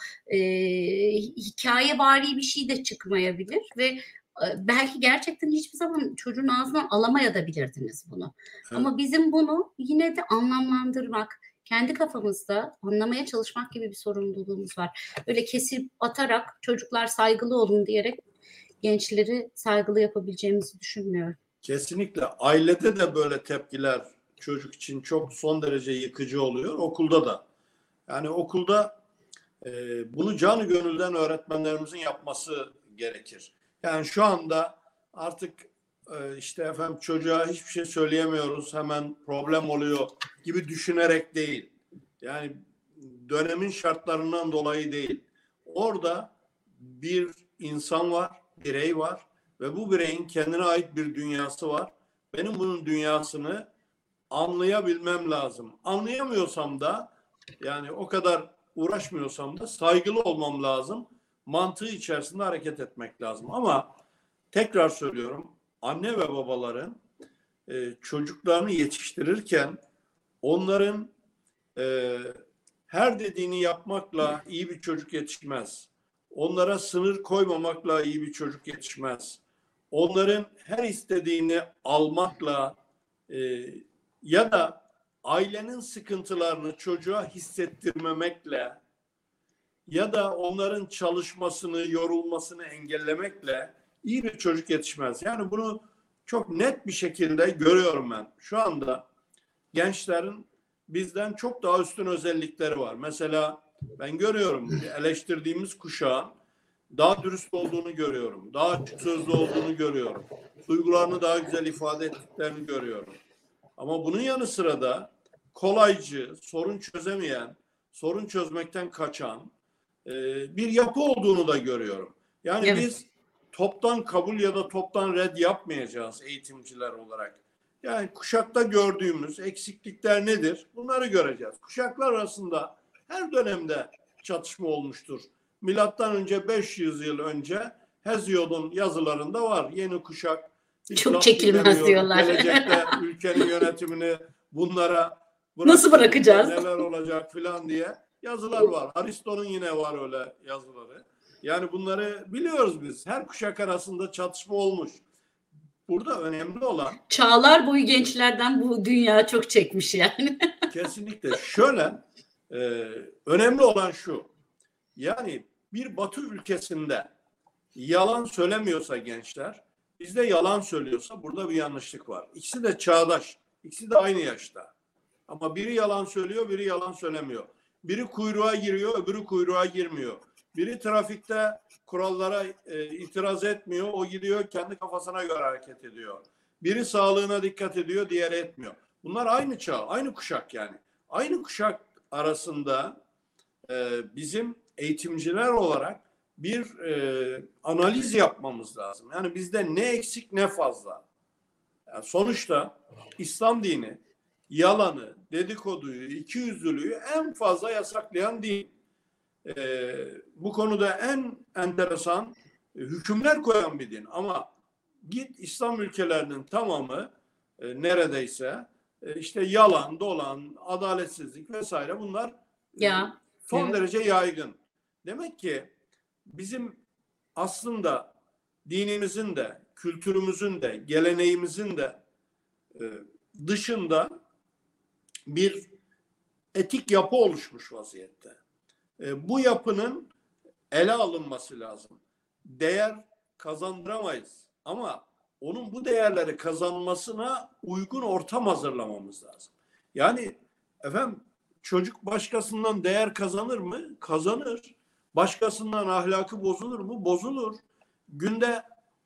hikayevari bir şey de çıkmayabilir ve belki gerçekten hiçbir zaman çocuğun ağzından alamayabilirdiniz bunu. Evet. Ama bizim bunu yine de anlamlandırmak, kendi kafamızda anlamaya çalışmak gibi bir sorumluluğumuz var. Öyle kesip atarak çocuklar saygılı olun diyerek gençleri saygılı yapabileceğimizi düşünmüyorum. Kesinlikle. Ailede de böyle tepkiler çocuk için çok son derece yıkıcı oluyor. Okulda da. Yani okulda bunu canı gönülden öğretmenlerimizin yapması gerekir. Yani şu anda artık işte efendim çocuğa hiçbir şey söyleyemiyoruz, hemen problem oluyor gibi düşünerek değil. Yani dönemin şartlarından dolayı değil. Orada bir insan var, birey var ve bu bireyin kendine ait bir dünyası var. Benim bunun dünyasını anlayabilmem lazım. Anlayamıyorsam da yani o kadar uğraşmıyorsam da saygılı olmam lazım. Mantığı içerisinde hareket etmek lazım. Ama tekrar söylüyorum, anne ve babaların çocuklarını yetiştirirken onların her dediğini yapmakla iyi bir çocuk yetişmez. Onlara sınır koymamakla iyi bir çocuk yetişmez. Onların her istediğini almakla ya da ailenin sıkıntılarını çocuğa hissettirmemekle ya da onların çalışmasını, yorulmasını engellemekle iyi bir çocuk yetişmez. Yani bunu çok net bir şekilde görüyorum ben. Şu anda gençlerin bizden çok daha üstün özellikleri var. Mesela ben görüyorum eleştirdiğimiz kuşağın daha dürüst olduğunu görüyorum. Daha açık sözlü olduğunu görüyorum. Duygularını daha güzel ifade ettiklerini görüyorum. Ama bunun yanı sıra da kolaycı, sorun çözemeyen, sorun çözmekten kaçan bir yapı olduğunu da görüyorum. Yani evet, biz toptan kabul ya da toptan red yapmayacağız eğitimciler olarak. Yani kuşakta gördüğümüz eksiklikler nedir? Bunları göreceğiz. Kuşaklar arasında her dönemde çatışma olmuştur. Milattan önce 500 yıl önce Hesiod'un yazılarında var. Yeni kuşak çok çekilmez diyorlar. Gelecekte ülkenin yönetimini bunlara nasıl bırakacağız? Neler olacak filan diye. yazılar var. Aristo'nun yine var öyle yazıları. Yani bunları biliyoruz biz. Her kuşak arasında çatışma olmuş. Burada önemli olan... Çağlar boyu gençlerden bu dünya çok çekmiş yani. Kesinlikle. Şöyle, önemli olan şu. Yani bir Batı ülkesinde yalan söylemiyorsa gençler, bizde yalan söylüyorsa burada bir yanlışlık var. İkisi de çağdaş. İkisi de aynı yaşta. Ama biri yalan söylüyor, biri yalan söylemiyor. Biri kuyruğa giriyor, öbürü kuyruğa girmiyor. Biri trafikte kurallara itiraz etmiyor, o gidiyor kendi kafasına göre hareket ediyor. Biri sağlığına dikkat ediyor, diğeri etmiyor. Bunlar aynı çağ, aynı kuşak yani. Aynı kuşak arasında bizim eğitimciler olarak bir analiz yapmamız lazım. Yani bizde ne eksik ne fazla. Yani sonuçta İslam dini yalanı, dedikoduyu, ikiyüzlülüğü en fazla yasaklayan din. Bu konuda en enteresan hükümler koyan bir din. Ama git İslam ülkelerinin tamamı neredeyse işte yalan, dolan, adaletsizlik vesaire bunlar son derece yaygın. Demek ki bizim aslında dinimizin de, kültürümüzün de, geleneğimizin de dışında bir etik yapı oluşmuş vaziyette. Bu yapının ele alınması lazım. Değer kazandıramayız ama onun bu değerleri kazanmasına uygun ortam hazırlamamız lazım. Yani efendim çocuk başkasından değer kazanır mı? Kazanır. Başkasından ahlakı bozulur mu? Bozulur. Günde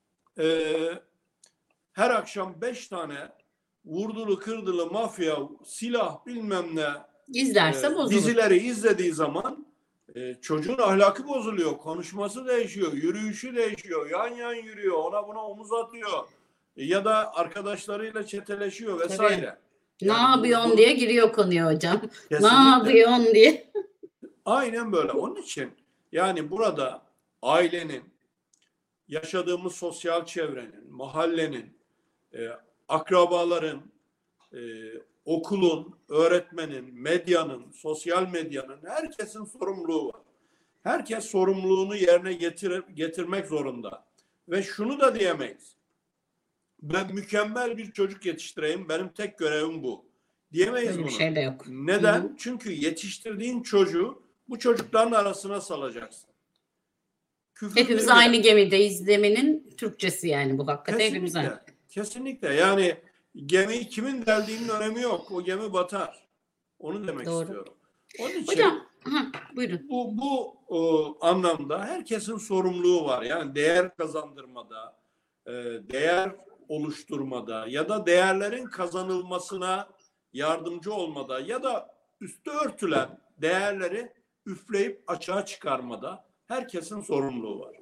her akşam 5 tane vurdulu kırdılı mafya, silah bilmem ne İzlerse bozulur. Dizileri izlediği zaman çocuğun ahlakı bozuluyor. Konuşması değişiyor. Yürüyüşü değişiyor. Yan yan yürüyor. Ona buna omuz atıyor. Ya da arkadaşlarıyla çeteleşiyor vesaire. Ne yapıyorsun diye giriyor konuya hocam. Kesinlikle. Ne yapıyorsun diye. Aynen böyle. Onun için yani burada ailenin, yaşadığımız sosyal çevrenin, mahallenin, akrabaların, okulun, öğretmenin, medyanın, sosyal medyanın, herkesin sorumluluğu var. Herkes sorumluluğunu yerine getirmek zorunda. Ve şunu da diyemeyiz. Ben mükemmel bir çocuk yetiştireyim, benim tek görevim bu. Diyemeyiz Öyle bunu. Bir şey de yok. Neden? Hı-hı. Çünkü yetiştirdiğin çocuğu bu çocukların arasına salacaksın. Hepimiz aynı gemideyiz demenin Türkçesi yani bu hakikaten hepimiz aynı. Kesinlikle. Yani gemiyi kimin deldiğinin önemi yok. O gemi batar. Onu demek istiyorum. Onun için hocam, buyurun. Bu anlamda herkesin sorumluluğu var. Yani değer kazandırmada, değer oluşturmada ya da değerlerin kazanılmasına yardımcı olmada ya da üstü örtülen değerleri üfleyip açığa çıkarmada herkesin sorumluluğu var.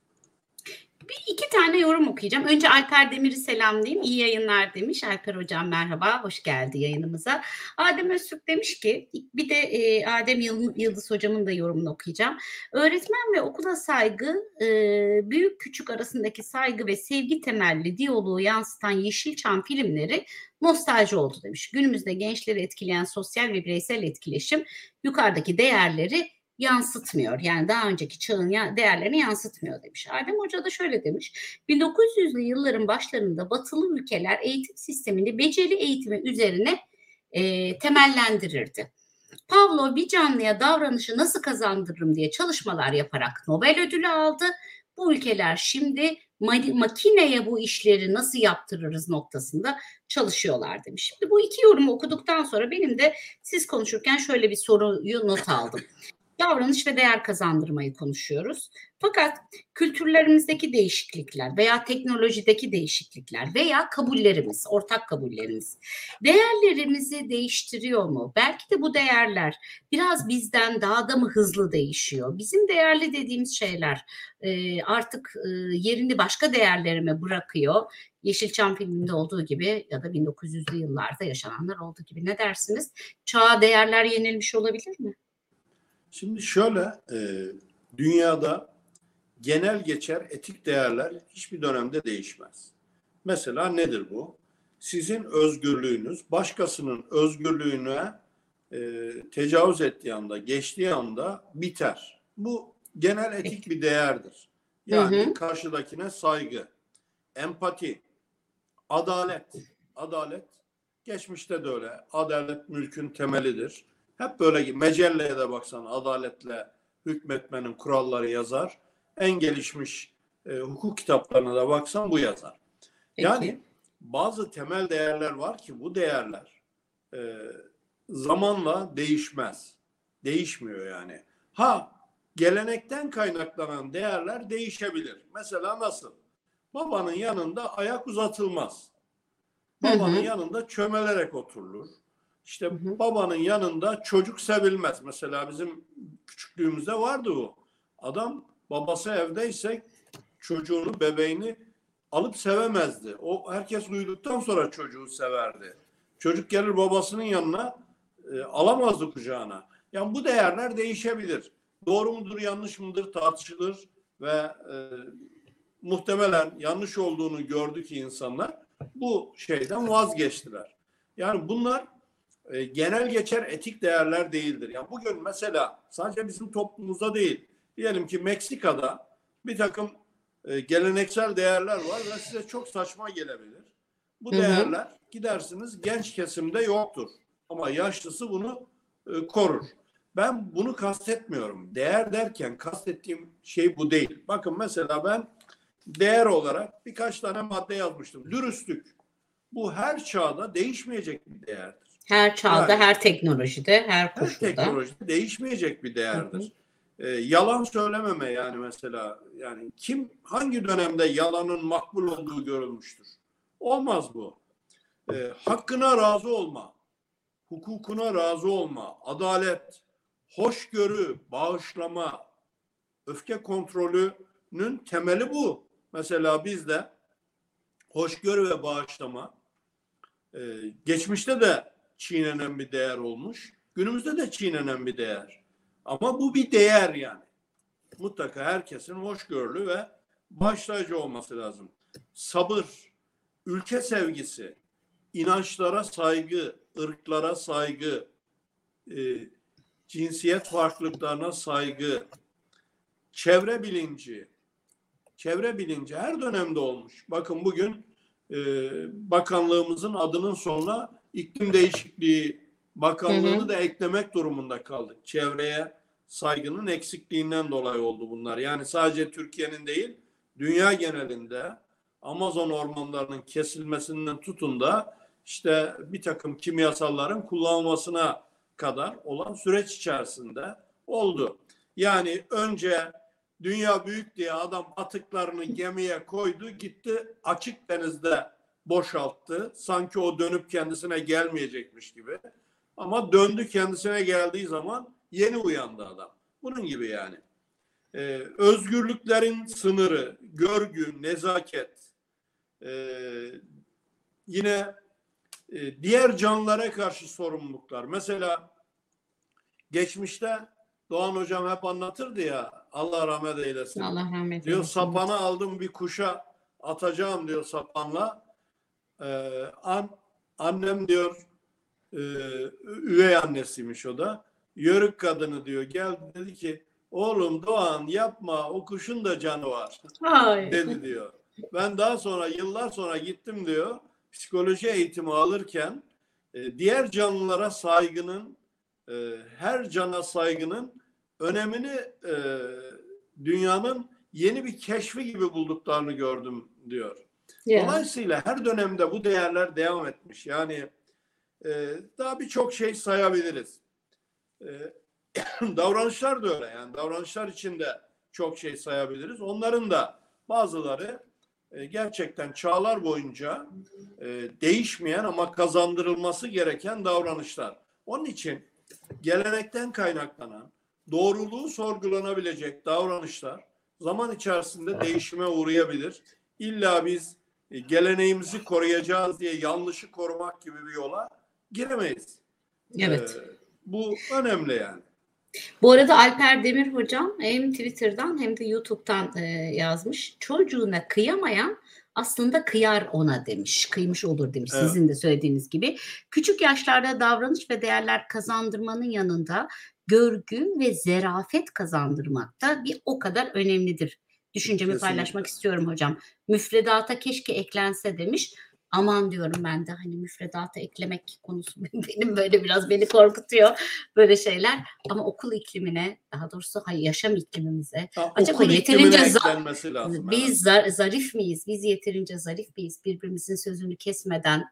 İki tane yorum okuyacağım. Önce Alper Demir'i selamlayayım. İyi yayınlar demiş. Alper hocam merhaba. Hoş geldi yayınımıza. Adem Öztürk demiş ki bir de Adem Yıldız hocamın da yorumunu okuyacağım. Öğretmen ve okula saygı, büyük küçük arasındaki saygı ve sevgi temelli diyaloğu yansıtan Yeşilçam filmleri nostalji oldu demiş. Günümüzde gençleri etkileyen sosyal ve bireysel etkileşim yukarıdaki değerleri yansıtmıyor. Yani daha önceki çağın değerlerini yansıtmıyor demiş. Adem Hoca da şöyle demiş. 1900'lü yılların başlarında batılı ülkeler eğitim sistemini beceri eğitimi üzerine temellendirirdi. Pavlov bir canlıya davranışı nasıl kazandırırım diye çalışmalar yaparak Nobel ödülü aldı. Bu ülkeler şimdi makineye bu işleri nasıl yaptırırız noktasında çalışıyorlar demiş. Şimdi bu iki yorumu okuduktan sonra benim de siz konuşurken şöyle bir soruyu not aldım. Davranış ve değer kazandırmayı konuşuyoruz. Fakat kültürlerimizdeki değişiklikler veya teknolojideki değişiklikler veya kabullerimiz, ortak kabullerimiz değerlerimizi değiştiriyor mu? Belki de bu değerler biraz bizden daha da mı hızlı değişiyor? Bizim değerli dediğimiz şeyler artık yerini başka değerlere mi bırakıyor? Yeşilçam filminde olduğu gibi ya da 1900'lü yıllarda yaşananlar olduğu gibi ne dersiniz? Çağa değerler yenilmiş olabilir mi? Şimdi şöyle, dünyada genel geçer etik değerler hiçbir dönemde değişmez. Mesela nedir bu? Sizin özgürlüğünüz başkasının özgürlüğüne tecavüz ettiği anda, geçtiği anda biter. Bu genel etik bir değerdir. Yani karşıdakine saygı, empati, adalet. Adalet geçmişte de öyle. Adalet mülkün temelidir. Hep böyle Mecelle'ye de baksan adaletle hükmetmenin kuralları yazar. En gelişmiş hukuk kitaplarına da baksan bu yazar. Peki. Yani bazı temel değerler var ki bu değerler zamanla değişmez. Değişmiyor yani. Gelenekten kaynaklanan değerler değişebilir. Mesela nasıl? Babanın yanında ayak uzatılmaz. Babanın yanında çömelerek oturulur. İşte babanın yanında çocuk sevilmez. Mesela bizim küçüklüğümüzde vardı o. Adam babası evdeyse çocuğunu, bebeğini alıp sevemezdi. O herkes uyuduktan sonra çocuğu severdi. Çocuk gelir babasının yanına alamazdı kucağına. Yani bu değerler değişebilir. Doğru mudur, yanlış mıdır tartışılır ve muhtemelen yanlış olduğunu gördü ki insanlar bu şeyden vazgeçtiler. Yani bunlar genel geçer etik değerler değildir. Yani bugün mesela sadece bizim toplumumuzda değil, diyelim ki Meksika'da bir takım geleneksel değerler var ve size çok saçma gelebilir. Bu değerler gidersiniz genç kesimde yoktur. Ama yaşlısı bunu korur. Ben bunu kastetmiyorum. Değer derken kastettiğim şey bu değil. Bakın mesela ben değer olarak birkaç tane madde yazmıştım. Dürüstlük. Bu her çağda değişmeyecek bir değerdir. Her çağda, yani, her teknolojide, her koşulda. Her teknolojide değişmeyecek bir değerdir. Yalan söylememe yani mesela. Yani hangi dönemde yalanın makbul olduğu görülmüştür? Olmaz bu. Hakkına razı olma. Hukukuna razı olma. Adalet, hoşgörü, bağışlama, öfke kontrolünün temeli bu. Mesela bizde hoşgörü ve bağışlama geçmişte de çiğnenen bir değer olmuş. Günümüzde de çiğnenen bir değer. Ama bu bir değer yani. Mutlaka herkesin hoşgörülü ve bağışlayıcı olması lazım. Sabır, ülke sevgisi, inançlara saygı, ırklara saygı, cinsiyet farklılıklarına saygı, çevre bilinci her dönemde olmuş. Bakın bugün bakanlığımızın adının sonuna iklim değişikliği bakanlığını da eklemek durumunda kaldık. Çevreye saygının eksikliğinden dolayı oldu bunlar. Yani sadece Türkiye'nin değil, dünya genelinde Amazon ormanlarının kesilmesinden tutun da işte bir takım kimyasalların kullanılmasına kadar olan süreç içerisinde oldu. Yani önce dünya büyük diye adam atıklarını gemiye koydu, gitti açık denizde boşalttı. Sanki o dönüp kendisine gelmeyecekmiş gibi. Ama döndü, kendisine geldiği zaman yeni uyandı adam. Bunun gibi yani. Özgürlüklerin sınırı, görgü, nezaket, yine diğer canlılara karşı sorumluluklar. Mesela geçmişte Doğan Hocam hep anlatırdı ya, Allah rahmet eylesin. Allah rahmet eylesin. Diyor sapanı aldım bir kuşa atacağım diyor sapanla. Annem diyor üvey annesiymiş o da. Yörük kadını diyor geldi dedi ki oğlum Doğan yapma o kuşun da canı var. Dedi diyor. Ben daha sonra yıllar sonra gittim diyor. Psikoloji eğitimi alırken diğer canlılara saygının her cana saygının önemini dünyanın yeni bir keşfi gibi bulduklarını gördüm diyor. Yeah. Dolayısıyla her dönemde bu değerler devam etmiş. Yani daha birçok şey sayabiliriz. Davranışlar da öyle. Yani davranışlar içinde çok şey sayabiliriz. Onların da bazıları gerçekten çağlar boyunca değişmeyen ama kazandırılması gereken davranışlar. Onun için gelenekten kaynaklanan, doğruluğu sorgulanabilecek davranışlar zaman içerisinde değişime uğrayabilir. İlla biz geleneğimizi koruyacağız diye yanlışı korumak gibi bir yola giremeyiz. Evet. Bu önemli yani. Bu arada Alper Demir hocam hem Twitter'dan hem de YouTube'dan yazmış. Çocuğuna kıyamayan aslında kıyar ona demiş, kıymış olur demiş, Evet. sizin de söylediğiniz gibi. Küçük yaşlarda davranış ve değerler kazandırmanın yanında görgü ve zarafet kazandırmak da bir o kadar önemlidir. Düşüncemi Kesinlikle. paylaşmak istiyorum hocam. Müfredata keşke eklense demiş. Aman diyorum ben de, hani müfredata eklemek konusu benim böyle biraz beni korkutuyor böyle şeyler. Ama okul iklimine, daha doğrusu yaşam iklimimize acaba Okul iklimine yeterince eklenmesi lazım. Evet. biz zarif miyiz? Biz yeterince zarif miyiz? Birbirimizin sözünü kesmeden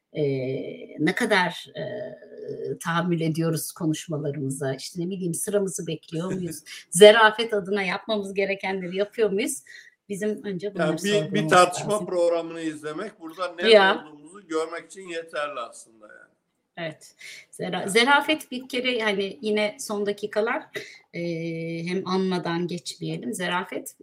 ne kadar tahammül ediyoruz konuşmalarımıza? İşte ne bileyim, sıramızı bekliyor muyuz? Zarafet adına yapmamız gerekenleri yapıyor muyuz? Bizim önce bunları Yani bir sorgulamamız tartışma lazım. programını izlemek burada nerede Ya. olduğumuzu görmek için yeterli aslında yani. Evet. Zarafet bir kere, hani yine son dakikalar hem anmadan geçmeyelim. Zarafet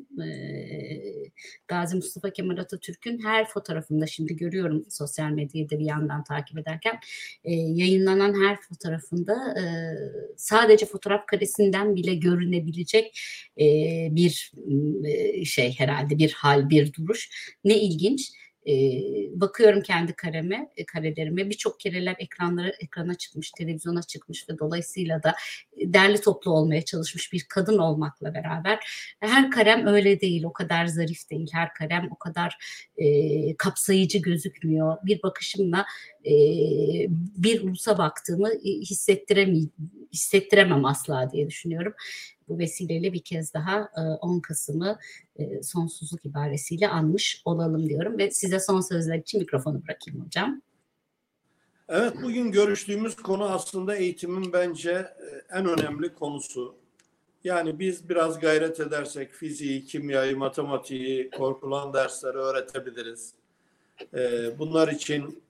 Gazi Mustafa Kemal Atatürk'ün her fotoğrafında, şimdi görüyorum sosyal medyada bir yandan takip ederken, yayınlanan her fotoğrafında sadece fotoğraf karesinden bile görünebilecek bir şey, herhalde bir hal, bir duruş. Ne ilginç. Bakıyorum kendi karelerime, birçok kereler ekrana çıkmış, televizyona çıkmış ve dolayısıyla da derli toplu olmaya çalışmış bir kadın olmakla beraber her karem öyle değil, o kadar zarif değil, her karem o kadar kapsayıcı gözükmüyor. Bir bakışımla bir ulusa baktığımı hissettiremem asla diye düşünüyorum. Bu vesileyle bir kez daha 10 Kasım'ı sonsuzluk ibaresiyle anmış olalım diyorum ve size son sözler için mikrofonu bırakayım hocam. Evet, bugün görüştüğümüz konu aslında eğitimin bence en önemli konusu. Yani biz biraz gayret edersek fiziği, kimyayı, matematiği, korkulan dersleri öğretebiliriz. Bunlar için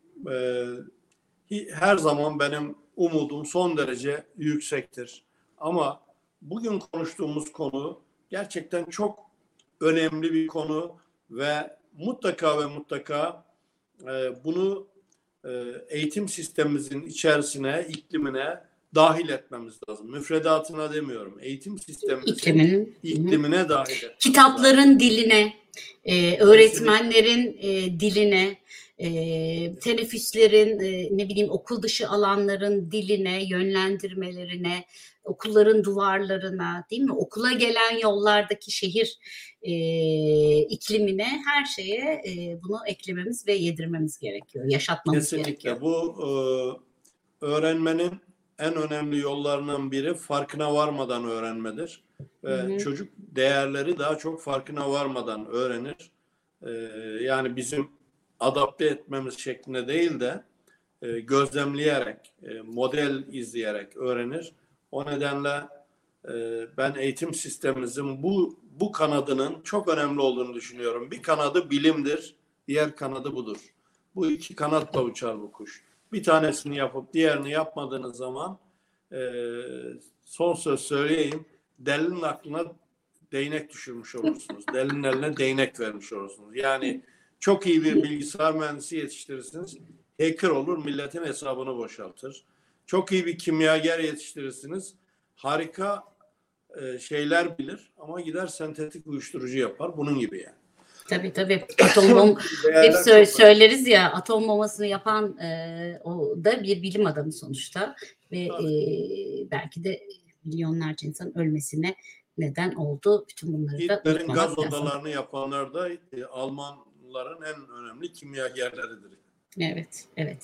her zaman benim umudum son derece yüksektir. Ama bugün konuştuğumuz konu gerçekten çok önemli bir konu ve mutlaka bunu eğitim sistemimizin içerisine, iklimine dahil etmemiz lazım. Müfredatına demiyorum. Eğitim sistemimizin iklimine dahil etmemiz kitapların lazım. Diline, öğretmenlerin diline, teneffüslerin, ne bileyim, okul dışı alanların diline, yönlendirmelerine, okulların duvarlarına, değil mi? Okula gelen yollardaki şehir iklimine, her şeye bunu eklememiz ve yedirmemiz gerekiyor, yaşatmamız gerekiyor. Kesinlikle. Bu öğrenmenin en önemli yollarından biri farkına varmadan öğrenmedir. Ve çocuk değerleri daha çok farkına varmadan öğrenir. Yani bizim adapte etmemiz şeklinde değil de gözlemleyerek, model izleyerek öğrenir. O nedenle ben eğitim sistemimizin bu kanadının çok önemli olduğunu düşünüyorum. Bir kanadı bilimdir, diğer kanadı budur. Bu iki kanatla uçar bu kuş. Bir tanesini yapıp diğerini yapmadığınız zaman son söz söyleyeyim, delinin aklına değnek düşürmüş olursunuz. Delinin eline değnek vermiş olursunuz. Yani çok iyi bir bilgisayar mühendisi yetiştirirsiniz. Hacker olur, milletin hesabını boşaltır. Çok iyi bir kimyager yetiştirirsiniz. Harika şeyler bilir ama gider sentetik uyuşturucu yapar. Bunun gibi yani. Tabii. Hep söyleriz ya, atom bombasını yapan o da bir bilim adamı sonuçta ve belki de milyonlarca insan ölmesine neden oldu. Bütün bunları da Hitler'in gaz lazım. odalarını yapanlar da Almanların en önemli kimyagerleridir. Evet.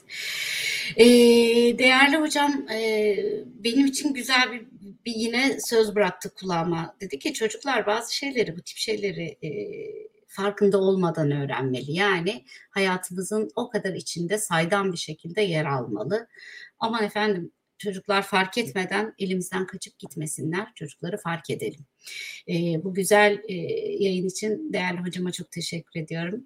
Değerli hocam, benim için güzel bir yine söz bıraktı kulağıma. Dedi ki çocuklar bazı şeyleri, bu tip şeyleri farkında olmadan öğrenmeli. Yani hayatımızın o kadar içinde saydam bir şekilde yer almalı. Aman efendim, çocuklar fark etmeden elimizden kaçıp gitmesinler. Çocukları fark edelim. Bu güzel yayın için değerli hocama çok teşekkür ediyorum.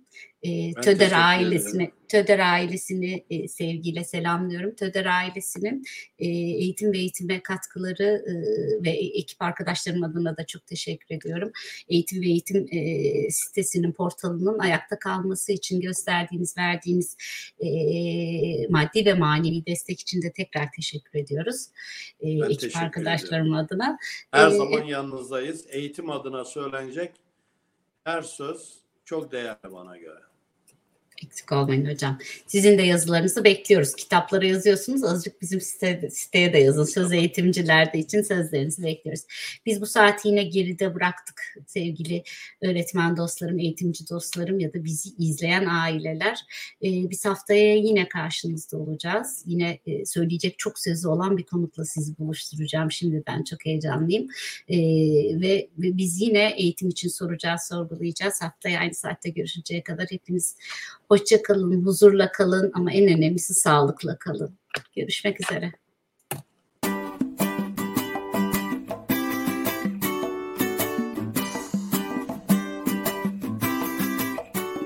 Töder ailesini sevgiyle selamlıyorum. Töder ailesinin eğitim ve eğitime katkıları ve ekip arkadaşlarım adına da çok teşekkür ediyorum. Eğitim ve eğitim sitesinin, portalının ayakta kalması için verdiğiniz maddi ve manevi destek için de tekrar teşekkür ediyoruz. Ekip arkadaşlarım adına. Her zaman yanınızdayız. Eğitim adına söylenecek her söz çok değerli bana göre. Eksik olmayın hocam. Sizin de yazılarınızı bekliyoruz. Kitaplara yazıyorsunuz. Azıcık bizim siteye de yazın. Söz eğitimciler de için sözlerinizi bekliyoruz. Biz bu saati yine geride bıraktık sevgili öğretmen dostlarım, eğitimci dostlarım ya da bizi izleyen aileler. Biz haftaya yine karşınızda olacağız. Yine söyleyecek çok sözü olan bir konukla sizi buluşturacağım. Şimdiden çok heyecanlıyım. Ve biz yine eğitim için soracağız, sorgulayacağız. Haftaya aynı saatte görüşünceye kadar hepiniz hoşça kalın, huzurla kalın ama en önemlisi sağlıkla kalın. Görüşmek üzere.